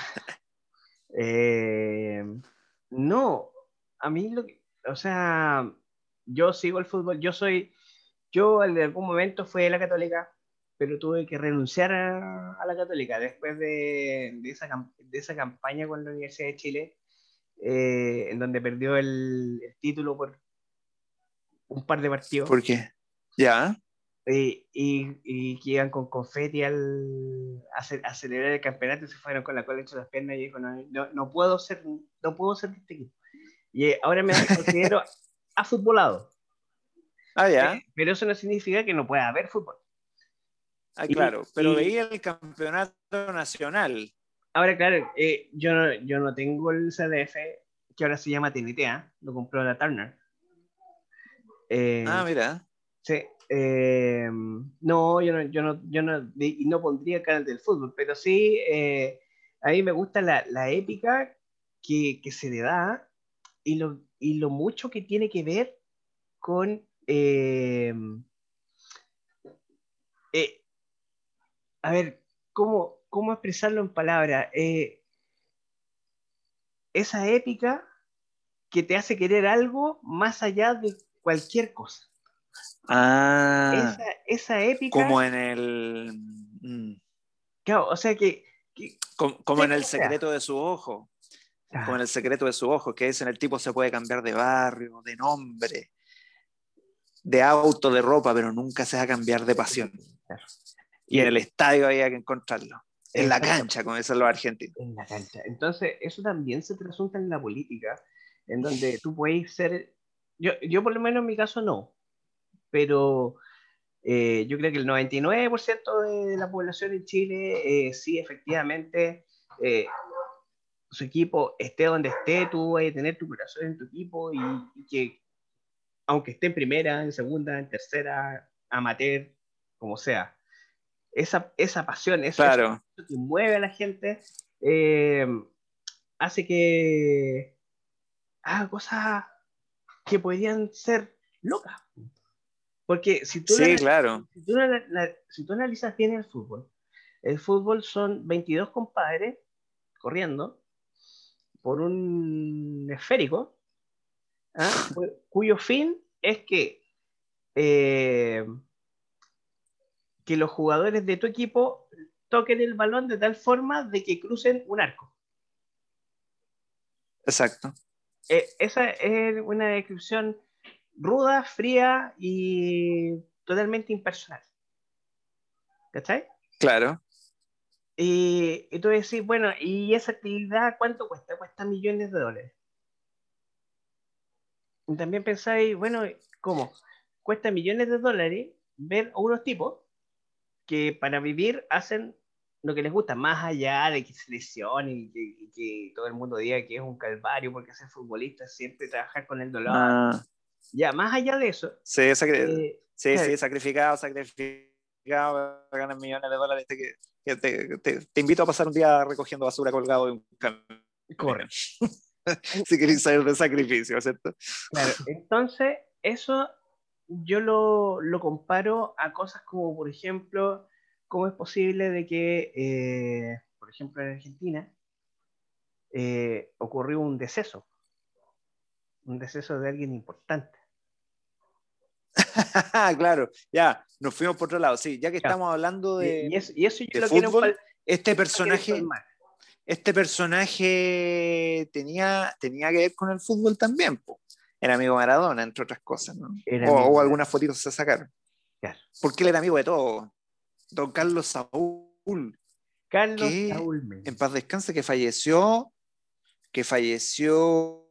eh, no, a mí lo que, o sea, yo sigo el fútbol, yo soy, yo en algún momento fui de la Católica, pero tuve que renunciar a, a la Católica después de, de, esa, de esa campaña con la Universidad de Chile, eh, en donde perdió el, el, título por un par de partidos. ¿Por qué? Ya. Eh, y, y que iban con confeti al a, a celebrar el campeonato y se fueron con la cola hecha las piernas y dijo, no, no, no puedo ser no puedo ser de este equipo. Y ahora me considero afutbolado. Ah, ya. Eh, pero eso no significa que no pueda haber fútbol. Ah, y, claro, pero y, veía el campeonato nacional. Ahora, claro, eh, yo, no, yo no tengo el C D F, que ahora se llama T N T, ¿eh? Lo compró la Turner. Eh, Ah, mira. Sí. Eh, no, yo no, yo no, yo no, no pondría el canal del fútbol, pero sí, eh, a mí me gusta la, la épica que, que se le da y lo, y lo mucho que tiene que ver con eh, eh, a ver, ¿cómo, cómo expresarlo en palabras? Eh, esa épica que te hace querer algo más allá de cualquier cosa. Ah, esa, esa épica. Como en el. Mm, claro, o sea que. que como, como en el secreto sea. de su ojo. Ah. Como en el secreto de su ojo, que dicen el tipo se puede cambiar de barrio, de nombre, de auto, de ropa, pero nunca se va a cambiar de pasión. Claro. Y en el estadio había que encontrarlo. En la cancha, como dicen los argentinos. En la cancha. Entonces, eso también se trasunta en la política, en donde tú puedes ser. Yo, yo por lo menos en mi caso no, pero eh, yo creo que el noventa y nueve por ciento de la población en Chile eh, sí, efectivamente, eh, su equipo esté donde esté, tú vas a tener tu corazón en tu equipo y, y que aunque esté en primera, en segunda, en tercera, amateur, como sea. Esa, esa pasión, eso, Claro. eso que mueve a la gente, eh, hace que haga cosas que podrían ser locas. Porque si tú, Sí, la, claro. si, tú la, la, si tú analizas bien el fútbol, el fútbol son veintidós compadres corriendo por un esférico, ¿ah? Cuyo fin es que, eh, que los jugadores de tu equipo toquen el balón de tal forma de que crucen un arco. Exacto. Eh, esa es una descripción ruda, fría y totalmente impersonal. ¿Cachai? Claro. Y, y tú decís, bueno, ¿y esa actividad cuánto cuesta? Cuesta millones de dólares. Y también pensáis, bueno, ¿cómo? Cuesta millones de dólares ver a unos tipos que para vivir hacen lo que les gusta, más allá de que se lesionen y que, y que todo el mundo diga que es un calvario porque ser futbolista es siempre trabajar con el dolor. Ah, Ya, más allá de eso, sí, sacri eh, sí, claro, sí, sacrificado, sacrificado para ganar millones de dólares. Te, que te, te, te invito a pasar un día recogiendo basura colgado de un camión. corre. Si queréis saber de sacrificio, ¿cierto? Claro, entonces eso yo lo, lo comparo a cosas como, por ejemplo, cómo es posible de que, eh, por ejemplo, en Argentina eh, ocurrió un deceso, un deceso de alguien importante. Claro, ya, nos fuimos por otro lado. Sí, ya que Ya. estamos hablando Y, de, y eso, y eso yo de lo quiero, fútbol, este eso lo quiero personaje, empalmar. este personaje tenía, tenía que ver con el fútbol también, po. Era amigo de Maradona, entre otras cosas, ¿no? Era O, amigo o de... algunas fotitos se sacaron. Claro. Porque él era amigo de todo. Don Carlos Saúl, Carlos que Saúl en Menem. paz descanse, que falleció, que falleció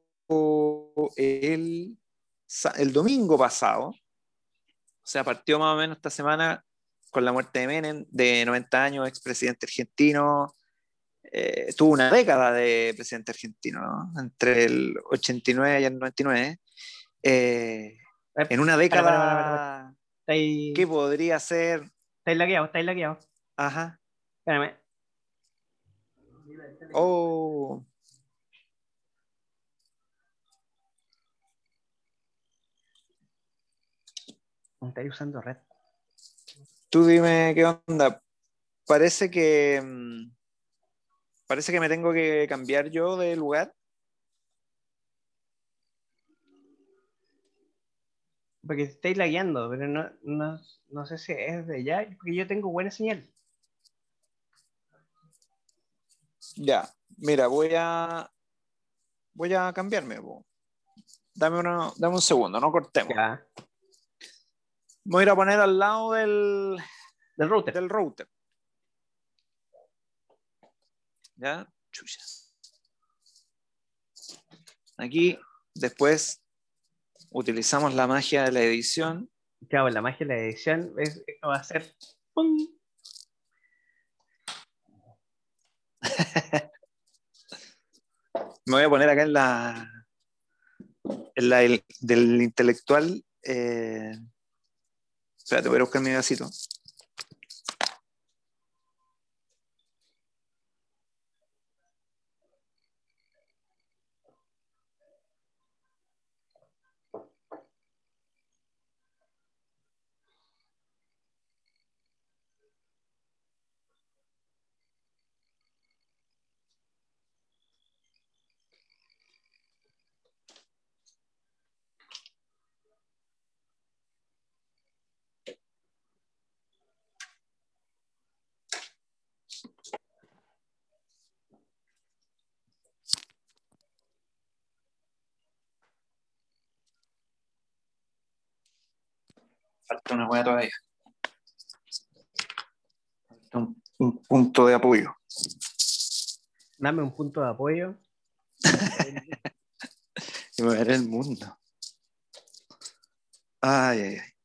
el, el domingo pasado. O sea, partió más o menos esta semana con la muerte de Menem, de noventa años, expresidente argentino. Eh, tuvo una década de presidente argentino, ¿no? Entre el ochenta y nueve y el noventa y nueve. Eh, Eh, en una para, para, para, para, para. década Estáis, que podría ser, estáis lagueados, estáis lagueados. ajá, Espérame. oh, Estáis usando red. tú dime qué onda. Parece que mm, parece que me tengo que cambiar yo de lugar. Porque estáis lagueando, pero no, no, no sé si es de allá, porque yo tengo buena señal. Ya, mira, voy a voy a cambiarme, po. Dame, una, dame un segundo, no cortemos. Ya, Me voy a ir a poner al lado del, del router. del router. ¿Ya? Chucha. Aquí después utilizamos la magia de la edición. Claro, la magia de la edición es, va a ser ¡pum! Me voy a poner acá en la, en la del, del intelectual. Eh, espérate, voy a buscar mi vasito. Falta una hueá todavía. Falta un, un punto de apoyo. Dame un punto de apoyo. Y me veré el mundo. Ay, ay, ay.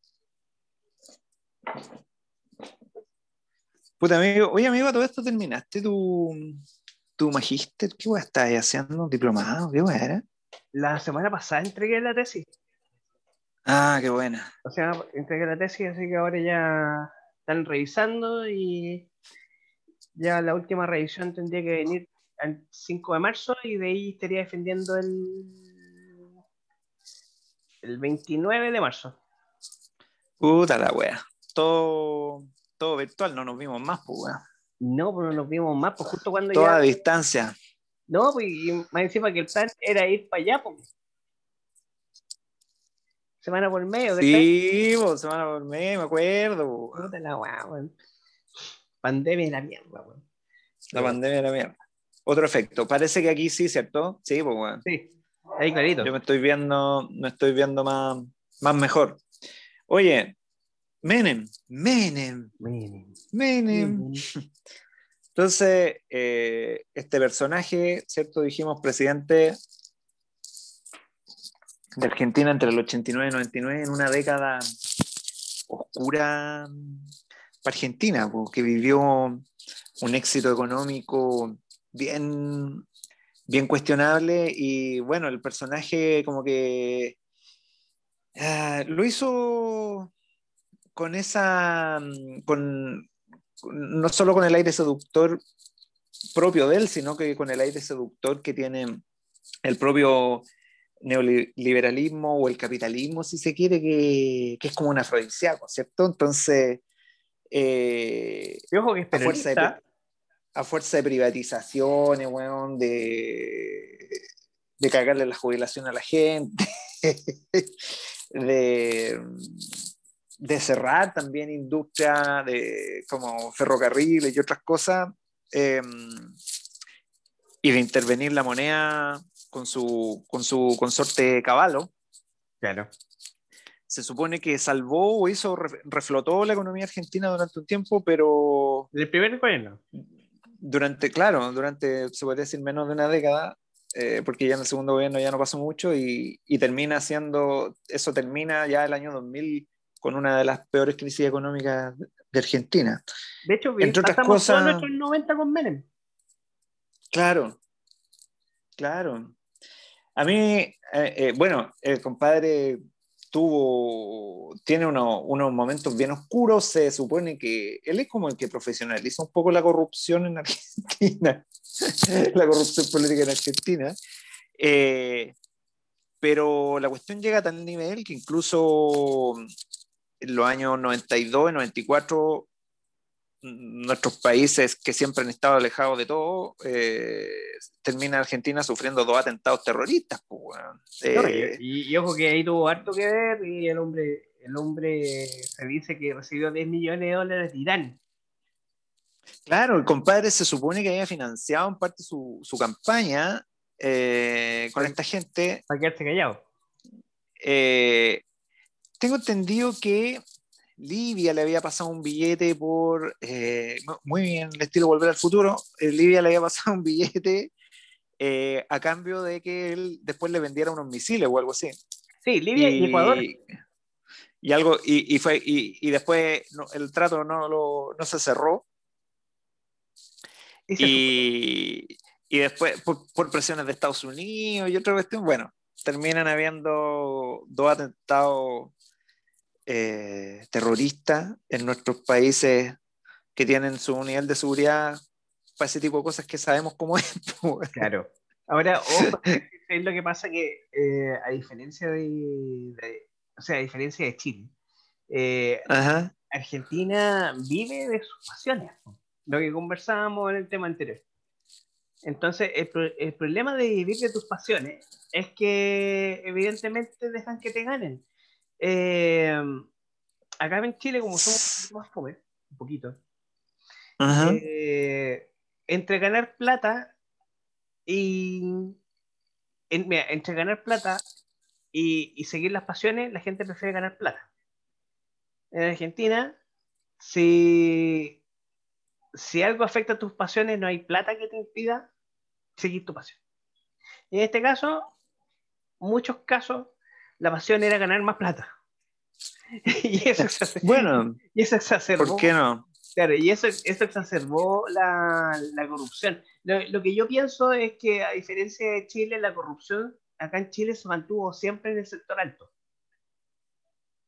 Puta amigo, oye amigo, todo esto terminaste tu, tu magíster, ¿qué hueá estás haciendo? ¿Diplomado? ¿Qué hueá era? La semana pasada entregué la tesis. Ah, qué buena. O sea, entregué la tesis, así que ahora ya están revisando y ya la última revisión tendría que venir el cinco de marzo y de ahí estaría defendiendo el, el veintinueve de marzo. Puta la wea. Todo, todo virtual, no nos vimos más, pues wea. No, pues no nos vimos más, pues justo cuando Toda ya... a distancia. No, pues y más encima que el plan era ir para allá, pues. Semana por medio, ¿cachai? Sí, pues semana por mes, me acuerdo. Puta la weá, weón. Pandemia y la mierda, weón. La Pero, pandemia de la mierda. Otro efecto. Parece que aquí sí, ¿cierto? Sí, pues bueno. sí, ahí clarito. Yo me estoy viendo, me estoy viendo más, más mejor. Oye, Menem, Menem, Miren, Menem. miren. Entonces, eh, este personaje, ¿cierto? Dijimos presidente de Argentina entre el ochenta y nueve y noventa y nueve, en una década oscura para Argentina, porque vivió un éxito económico bien, bien cuestionable y bueno, el personaje como que uh, lo hizo con esa, con, no solo con el aire seductor propio de él, sino que con el aire seductor que tiene el propio neoliberalismo o el capitalismo, si se quiere, que, que es como un afrodisíaco, ¿cierto? Entonces, eh, Y ojo que es a, fuerza de, peronista. a fuerza de privatizaciones, weón, de, de cagarle la jubilación a la gente, de, de cerrar también industria de, como ferrocarriles y otras cosas, eh, y de intervenir la moneda con su, con su consorte Caballo. Claro. Se supone que salvó o hizo, reflotó la economía argentina durante un tiempo, pero Del primer gobierno. durante, claro, durante, se podría decir, menos de una década, eh, porque ya en el segundo gobierno ya no pasó mucho y, y termina siendo, eso termina ya el año dos mil con una de las peores crisis económicas de Argentina. De hecho, Entre otras pasamos todos cosas, nuestros noventa con Menem. claro, claro. A mí, eh, eh, bueno, el compadre tuvo, tiene uno, unos momentos bien oscuros. Se supone que él es como el que profesionaliza un poco la corrupción en Argentina, la corrupción política en Argentina. Eh, pero la cuestión llega a tal nivel que incluso en los años noventa y dos y noventa y cuatro nuestros países que siempre han estado alejados de todo, eh, termina Argentina sufriendo dos atentados terroristas. Pues, bueno. No, y, eh, y- y ojo que ahí tuvo harto que ver y el hombre, el hombre se dice que recibió diez millones de dólares de Irán. claro, el compadre se supone que había financiado en parte su, su campaña eh, con Para, esta gente. para quedarse callado. Eh, tengo entendido que Libia le había pasado un billete por, eh, muy bien, el estilo Volver al Futuro, eh, Libia le había pasado un billete eh, a cambio de que él después le vendiera unos misiles o algo así. Sí, Libia y Ecuador. Y, y algo, y, y fue, y, y después no, el trato no, lo, no se cerró. Y se supo. Y, y después, por, por, presiones de Estados Unidos y otra cuestión, bueno, terminan habiendo dos atentados eh, terroristas en nuestros países que tienen su nivel de seguridad para ese tipo de cosas que sabemos cómo es. Claro. Ahora, ojo, es lo que pasa que, eh, a diferencia de, de- o sea, a diferencia de Chile, eh, Ajá. Argentina vive de sus pasiones, lo que conversábamos en el tema anterior. Entonces, el, pro- el problema de vivir de tus pasiones es que evidentemente dejan que te ganen. Eh, Acá en Chile, como somos un poquito más pobres, un poquito, Ajá. eh, entre ganar plata y en- mira, entre ganar plata y, y seguir las pasiones, la gente prefiere ganar plata. En Argentina, si, si algo afecta a tus pasiones, no hay plata que te impida seguir tu pasión. Y en este caso, muchos casos, la pasión era ganar más plata. y, eso exacer- Bueno, y eso ¿por qué exacerbó, no? claro, y eso, eso exacerbó la, la corrupción. Lo, lo que yo pienso es que, a diferencia de Chile, la corrupción acá en Chile se mantuvo siempre en el sector alto.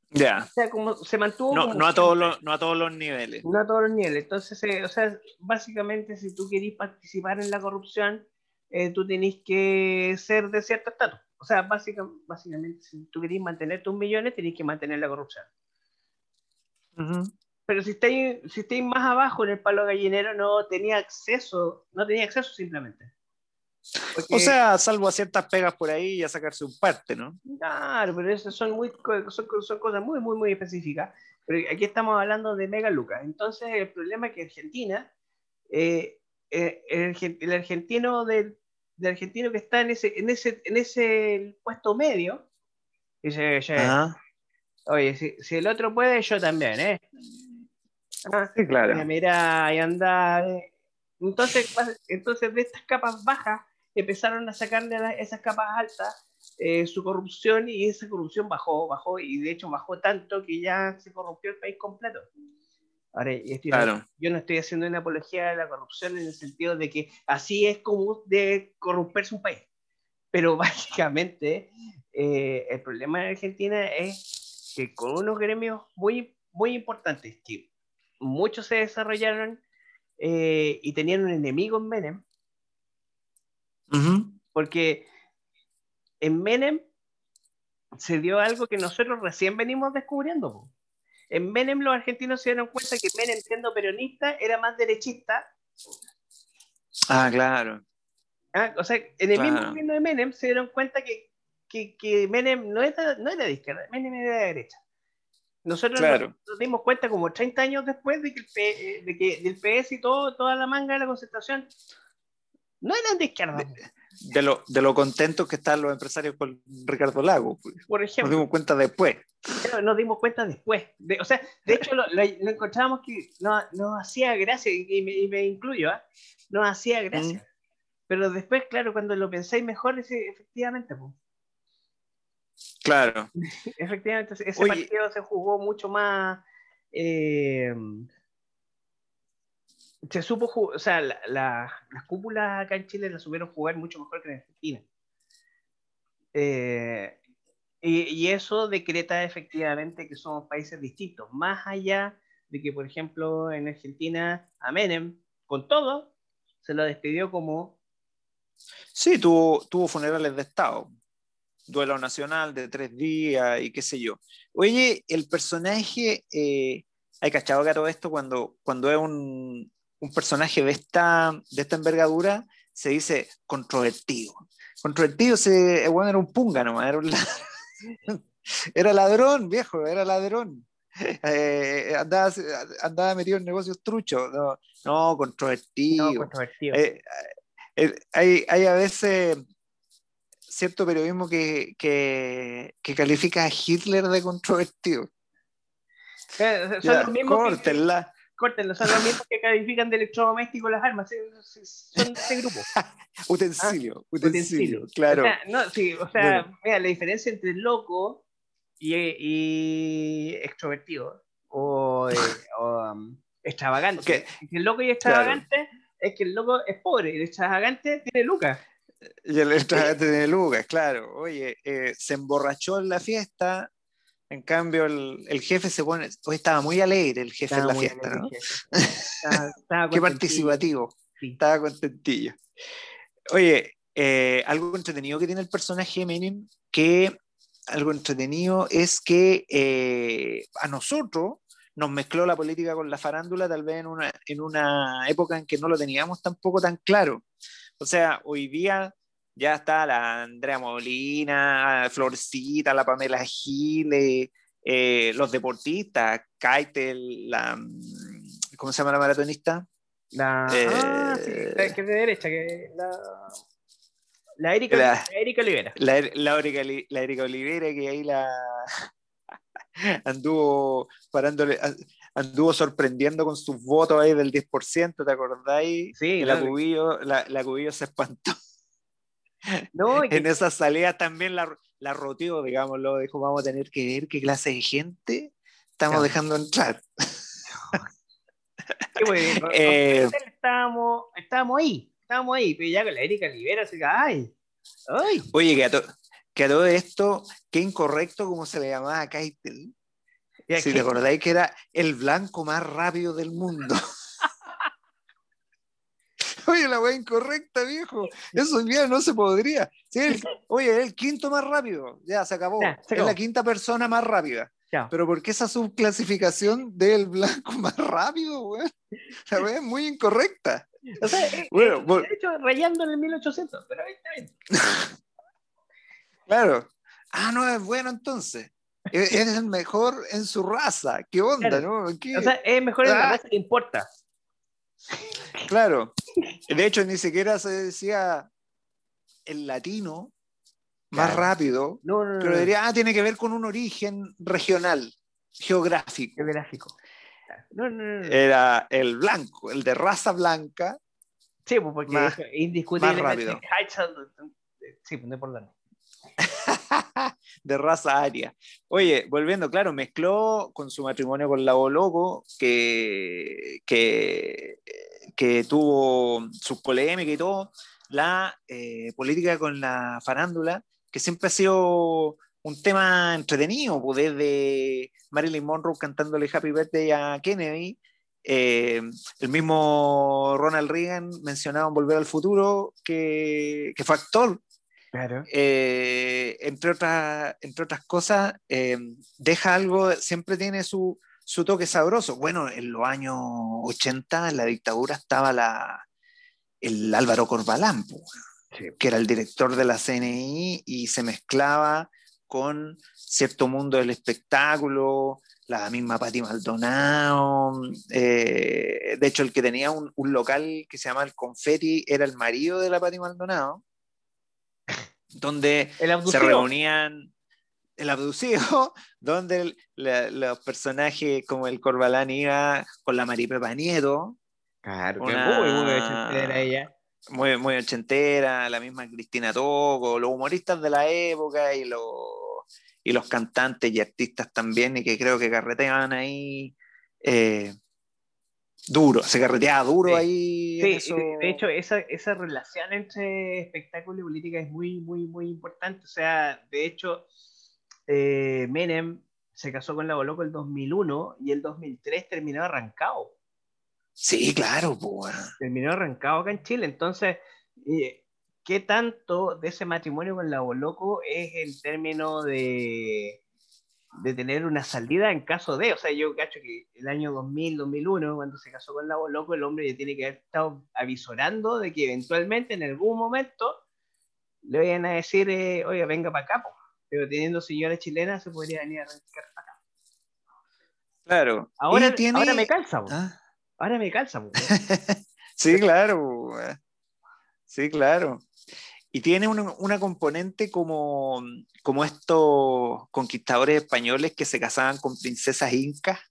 Ya. Yeah. O sea, como se mantuvo. No, como no, a todos los, no a todos los niveles. No a todos los niveles. Entonces, eh, o sea, básicamente, si tú querís participar en la corrupción, eh, tú tenés que ser de cierto estatus. O sea, básicamente, básicamente, si tú querís mantener tus millones, tenés que mantener la corrupción. Uh-huh. Pero si estáis, si estáis más abajo en el palo gallinero, no tenía acceso, no tenía acceso simplemente. Porque, o sea, salvo a ciertas pegas por ahí y a sacarse un parte, ¿no? Claro, pero esas son, muy, son, son cosas muy, muy, muy específicas. Pero aquí estamos hablando de mega lucas. Entonces, el problema es que Argentina, eh, eh, el, el argentino del, del argentino que está en ese, en ese, en ese puesto medio, dice, oye, oye si, si el otro puede, yo también, ¿eh? Ah, sí, claro. Mira, mira, ahí anda. Eh. Entonces, entonces, de estas capas bajas, empezaron a sacarle a esas capas altas eh, su corrupción, y esa corrupción bajó, bajó, y de hecho bajó tanto que ya se corrompió el país completo. Ahora, estoy, claro. yo no estoy haciendo una apología de la corrupción en el sentido de que así es como de corromperse un país, pero básicamente eh, el problema de Argentina es que con unos gremios muy, muy importantes, que muchos se desarrollaron eh, y tenían un enemigo en Menem, uh-huh. porque en Menem se dio algo que nosotros recién venimos descubriendo. Po. En Menem los argentinos se dieron cuenta que Menem, siendo peronista, era más derechista. Ah, claro. Ah, o sea, en el claro. mismo gobierno de Menem se dieron cuenta que, que, que Menem no era, no era de izquierda, Menem era de derecha. Nosotros claro. nos, nos dimos cuenta como treinta años después de que, el P, de que del P S y todo, toda la manga de la concertación no eran de izquierda. De, de, lo, de lo contentos que están los empresarios con Ricardo Lagos. Por ejemplo. Nos dimos cuenta después. Claro, nos dimos cuenta después. De, o sea, de hecho, lo, lo, lo encontrábamos que nos no hacía gracia, y me, y me incluyo, ¿eh? Nos hacía gracia. Mm. Pero después, claro, cuando lo pensáis mejor, ese, efectivamente, pues. Claro. Efectivamente, ese Oye, partido se jugó mucho más. Eh, se supo jugar, o sea, la, la, las cúpulas acá en Chile las supieron jugar mucho mejor que en Argentina. Eh, y, y eso decreta efectivamente que somos países distintos, más allá de que, por ejemplo, en Argentina a Menem, con todo, se lo despidió como... Sí, tuvo, tuvo funerales de Estado, duelo nacional de tres días y qué sé yo. Oye, el personaje, eh, hay cachado que a todo esto cuando, cuando es un, un personaje de esta, de esta envergadura, se dice controvertido. Controvertido, se, bueno, era un punga nomás, era, un, era ladrón, viejo, era ladrón. Eh, andaba, andaba metido en negocios truchos. No, no controvertido. No, controvertido. Eh, eh, hay, hay a veces cierto periodismo que, que, que califica a Hitler de controvertido. Eh, son ya, los mismos córtenla. Que, córtenla, son los mismos que califican de electrodoméstico las armas. Son de ese grupo. utensilio, ah, utensilio, utensilio, claro. O sea, no, sí, o sea bueno. Mira, la diferencia entre loco y, y extrovertido o, eh, o um, extravagante. Okay. El loco y extravagante claro. Es que el loco es pobre y el extravagante tiene lucas. Y el extravagante tiene lucas, claro. Oye, eh, se emborrachó en la fiesta. En cambio, el, el jefe se pone. Hoy estaba muy alegre el jefe estaba en la fiesta, ¿no? Estaba, estaba Qué participativo. Sí. Estaba contentillo. Oye, eh, algo entretenido que tiene el personaje de Menem, que algo entretenido es que eh, a nosotros nos mezcló la política con la farándula, tal vez en una, en una época en que no lo teníamos tampoco tan claro. O sea, hoy día ya está la Andrea Molina, Florcita, la Pamela Giles, eh, los deportistas, Keitel, la, ¿cómo se llama la maratonista? La, eh, ah, sí, la que es de derecha, que la, la Erika, la, la Erika Olivera. La, la, Erika, la Erika Olivera, que ahí la anduvo parándole, anduvo sorprendiendo con sus votos ahí del diez por ciento, ¿te acordáis? Sí, que claro. la Cubillo, la, la Cubillo se espantó. No, en que... esa salida también la, la roteó, digámoslo, dijo, vamos a tener que ver qué clase de gente estamos no. dejando entrar. Sí, pues, con, eh, con estábamos, estábamos ahí, estábamos ahí, pero ya con la Erika Olivera, así que, ay, ay. Oye, que a, to, que a todo esto, qué incorrecto como se le llamaba a Keitel. Si te acordáis que era el blanco más rápido del mundo. Oye, la weá incorrecta, viejo. Eso ya no se podría. Sí, el, oye, es el quinto más rápido. Ya, se acabó. Ya, se acabó. Es la quinta persona más rápida. Ya. Pero ¿por qué esa subclasificación del blanco más rápido, weón? La weá es muy incorrecta. O sea, eh, bueno, eh, bueno. De hecho, rayando en el mil ochocientos, pero ahí está bien. Claro. Ah, no, es bueno entonces. Es, es el mejor en su raza. ¿Qué onda, claro. no? ¿Qué? O sea, es mejor en ah. la raza que importa. Claro. De hecho, ni siquiera se decía el latino más claro. rápido, no, no, no, pero diría, ah, tiene que ver con un origen regional, geográfico. Geográfico. No, no, no. Era el blanco, el de raza blanca. Sí, pues porque más, indiscutiblemente. Sí, pues no por la de raza aria. Oye, volviendo, claro, mezcló con su matrimonio con la Boloco, que, que, que tuvo sus polémicas y todo, la eh, política con la farándula, que siempre ha sido un tema entretenido, pues desde Marilyn Monroe cantándole Happy Birthday a Kennedy, eh, el mismo Ronald Reagan mencionaba en Volver al Futuro, que, que fue actor. Claro. Eh, entre, otras, entre otras cosas, eh, deja algo, siempre tiene su, su toque sabroso. Bueno, en los años ochenta, en la dictadura, estaba la, el Álvaro Corbalán, sí. que era el director de la C N I y se mezclaba con cierto mundo del espectáculo, la misma Patti Maldonado. Eh, de hecho, el que tenía un, un local que se llama El Confetti era el marido de la Patti Maldonado, donde se reunían el abducido, donde el, la, los personajes como el Corbalán iba con la Maripepa Nieto. Claro, una, que muy, muy ochentera ella. Muy, muy ochentera, la misma Cristina Togo, los humoristas de la época y los, y los cantantes y artistas también, y que creo que carreteaban ahí eh, duro, se carreteaba duro sí. ahí. Sí, eso... de hecho, esa, esa relación entre espectáculo y política es muy, muy, muy importante. O sea, de hecho, eh, Menem se casó con la Boloco el dos mil uno y el dos mil tres terminó arrancado. Sí, claro, pues. Terminó arrancado acá en Chile. Entonces, eh, ¿qué tanto de ese matrimonio con la Boloco es en términos de, de tener una salida en caso de? O sea, yo cacho que el año dos mil, dos mil uno, cuando se casó con la Boloco, el hombre ya tiene que haber estado avisorando de que eventualmente, en algún momento, le vayan a decir, eh, oiga, venga para acá, po. Pero teniendo señora chilena, se podría venir a radicar para acá. Claro. Ahora, tiene... ahora me calza, po. ¿Ah? Ahora me calza, po. Sí, claro. Sí, claro. Y tiene una, una componente como, como estos conquistadores españoles que se casaban con princesas incas,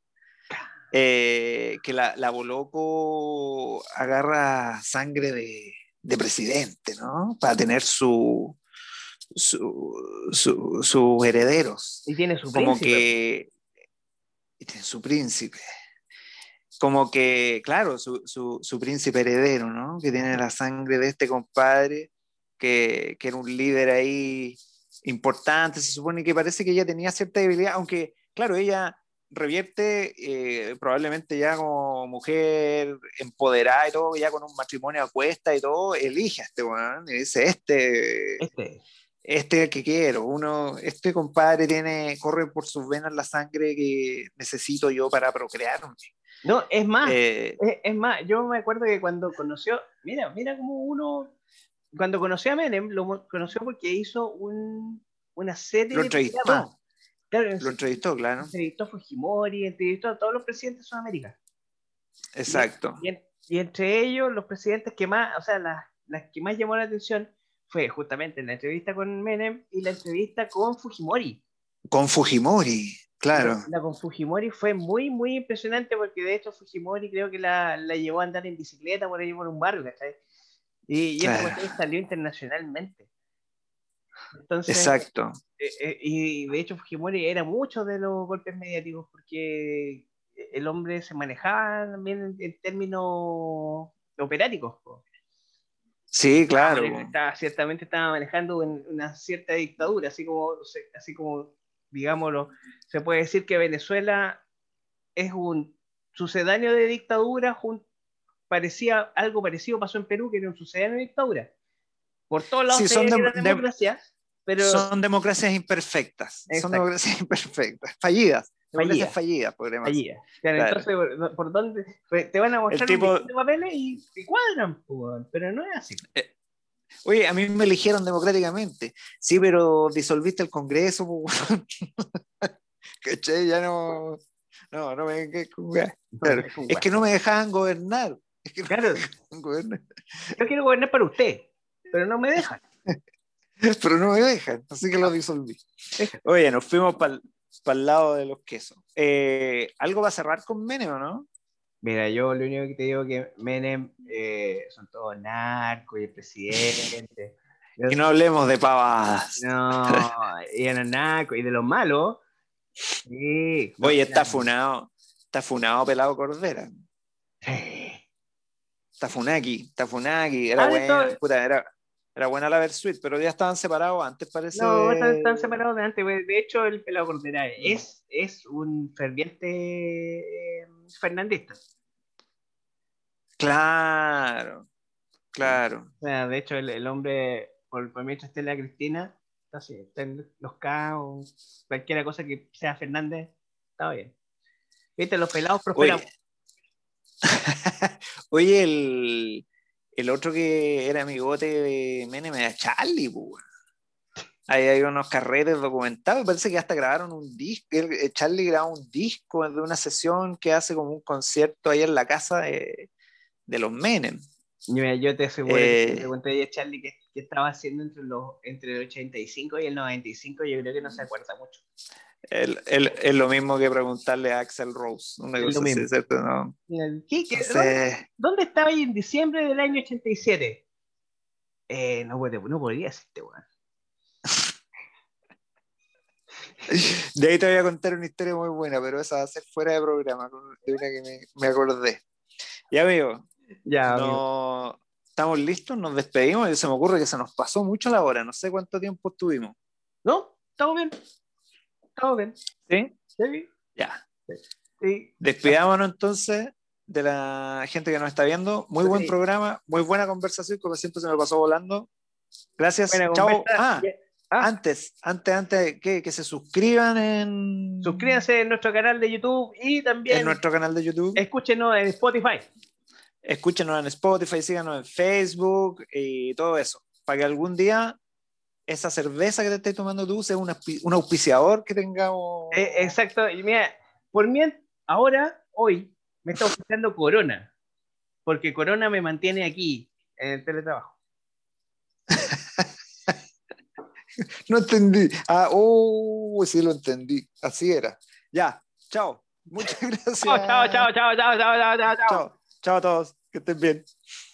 eh, que la, la Boloco agarra sangre de, de presidente, ¿no? Para tener su, su, su, sus herederos. Y tiene su como príncipe. Que, y tiene su príncipe. Como que, claro, su, su, su príncipe heredero, ¿no? Que tiene la sangre de este compadre, que, que era un líder ahí importante, se supone que parece que ella tenía cierta debilidad, aunque, claro, ella revierte eh, probablemente ya como mujer empoderada y todo, ya con un matrimonio a cuesta y todo, elige a este weón, y dice, este... Este. Este es el que quiero, uno, este compadre tiene, corre por sus venas la sangre que necesito yo para procrearme. No, es más, eh, es, es más, yo me acuerdo que cuando conoció, mira, mira como uno, cuando conoció a Menem, lo conoció porque hizo un, una serie lo de entrevistó, programas. Claro, lo entrevistó, claro. Entrevistó a Fujimori, entrevistó a todos los presidentes de Sudamérica. Exacto. Y, y, y entre ellos, los presidentes que más, o sea, las, las que más llamó la atención fue justamente la entrevista con Menem y la entrevista con Fujimori. Con Fujimori, claro. La, la con Fujimori fue muy, muy impresionante porque de hecho Fujimori creo que la, la llevó a andar en bicicleta por ahí por un barrio, ¿cachai? Y, y claro. Esa cuestión salió internacionalmente. Entonces, exacto. Eh, eh, y de hecho Fujimori era mucho de los golpes mediáticos porque el hombre se manejaba también en, en términos operáticos. Sí, claro. Estaba, estaba, ciertamente estaba manejando en una cierta dictadura, así como, así como digámoslo, se puede decir que Venezuela es un sucedáneo de dictadura, jun- parecía, algo parecido pasó en Perú, que era un sucedáneo de dictadura. Por todos lados Sí, se son, veía de, que era de, democracia, pero... son democracias imperfectas, Exacto. son democracias imperfectas, fallidas, democracias Fallida, fallidas, podríamos decir. fallida. Claro, Claro. entonces, ¿por, por dónde? Pues, te van a mostrar tipo, un millón de papeles y, y cuadran, pues, pero no es así. Eh, oye, a mí me eligieron democráticamente, sí, pero disolviste el Congreso, pues, ¿cachai? Ya no, no, no me claro. Es que no me dejaban gobernar. Es que no claro, me dejaban gobernar. yo quiero gobernar para usted, pero no me dejan. Pero no me dejan, así que lo disolví. Deja. Oye, nos fuimos para el lado de los quesos. Eh, ¿Algo va a cerrar con Menem o no? Mira, yo lo único que te digo es que Menem eh, son todos narcos y el presidente. Y no hablemos de pavadas. No, y eran narcos y de los malos. Sí, no, Oye, está eran... funado, está funado Pelado Cordera. Sí. Está funaki, está funaki, era Ah, de buena, todo... puta, era, era buena la Versuit, pero ya estaban separados antes, parece. No, están, están separados de antes. De hecho, el Pelado Cordera es, es un ferviente eh, fernandista. Claro, claro. O sea, de hecho, el, el hombre, por, por mientras esté la Cristina, está así, está en los caos, cualquier cosa que sea Fernández, está bien. Viste, los pelados prosperan. Oye, oye el, el otro que era amigote de Menem era Charlie, pues. Ahí hay unos carretes documentados, parece que hasta grabaron un disco, el- Charlie grabó un disco de una sesión que hace como un concierto ahí en la casa de, de los Menem. Mira, yo te aseguro que si le Eh, pregunté a Charlie qué, qué estaba haciendo entre, los, entre el ochenta y cinco y el noventa y cinco, yo creo que no se acuerda mucho. el- el- es lo mismo que preguntarle a Axel Rose, una Es lo cosa así, mismo. ¿cierto? No, Mira, ¿qué- qué- dónde, entonces, dónde estaba ahí en diciembre del año ochenta y siete? Eh, no, puede- no podría decirte, weón. de ahí te voy a contar una historia muy buena, pero esa va a ser fuera de programa, de una que me, me acordé. Ya amigo, Ya, amigo. no, estamos listos, nos despedimos y se me ocurre que se nos pasó mucho la hora, no sé cuánto tiempo estuvimos. ¿No? ¿Estamos bien? ¿Estamos bien? ¿Sí? ¿Sí? Ya. Sí. Despidámonos entonces de la gente que nos está viendo. Muy buen Sí. programa, muy buena conversación, como siempre se me pasó volando. Gracias, Buena chao. conversa. Ah, Ah, antes, antes, antes, que, que se suscriban en, suscríbanse en nuestro canal de YouTube y en también nuestro canal de YouTube. escúchenos en Spotify. Escúchenos en Spotify, síganos en Facebook y todo eso. Para que algún día esa cerveza que te estés tomando tú sea un, un auspiciador que tengamos. Eh, exacto. Y mira, por mí, ahora, hoy, me está ofreciendo Corona. Porque Corona me mantiene aquí, en el teletrabajo. No entendí. Ah, oh, sí lo entendí. Así era. Ya, chao. Muchas gracias. Chao, chao, chao, chao, chao, chao, chao, chao. Chao, chao a todos. Que estén bien.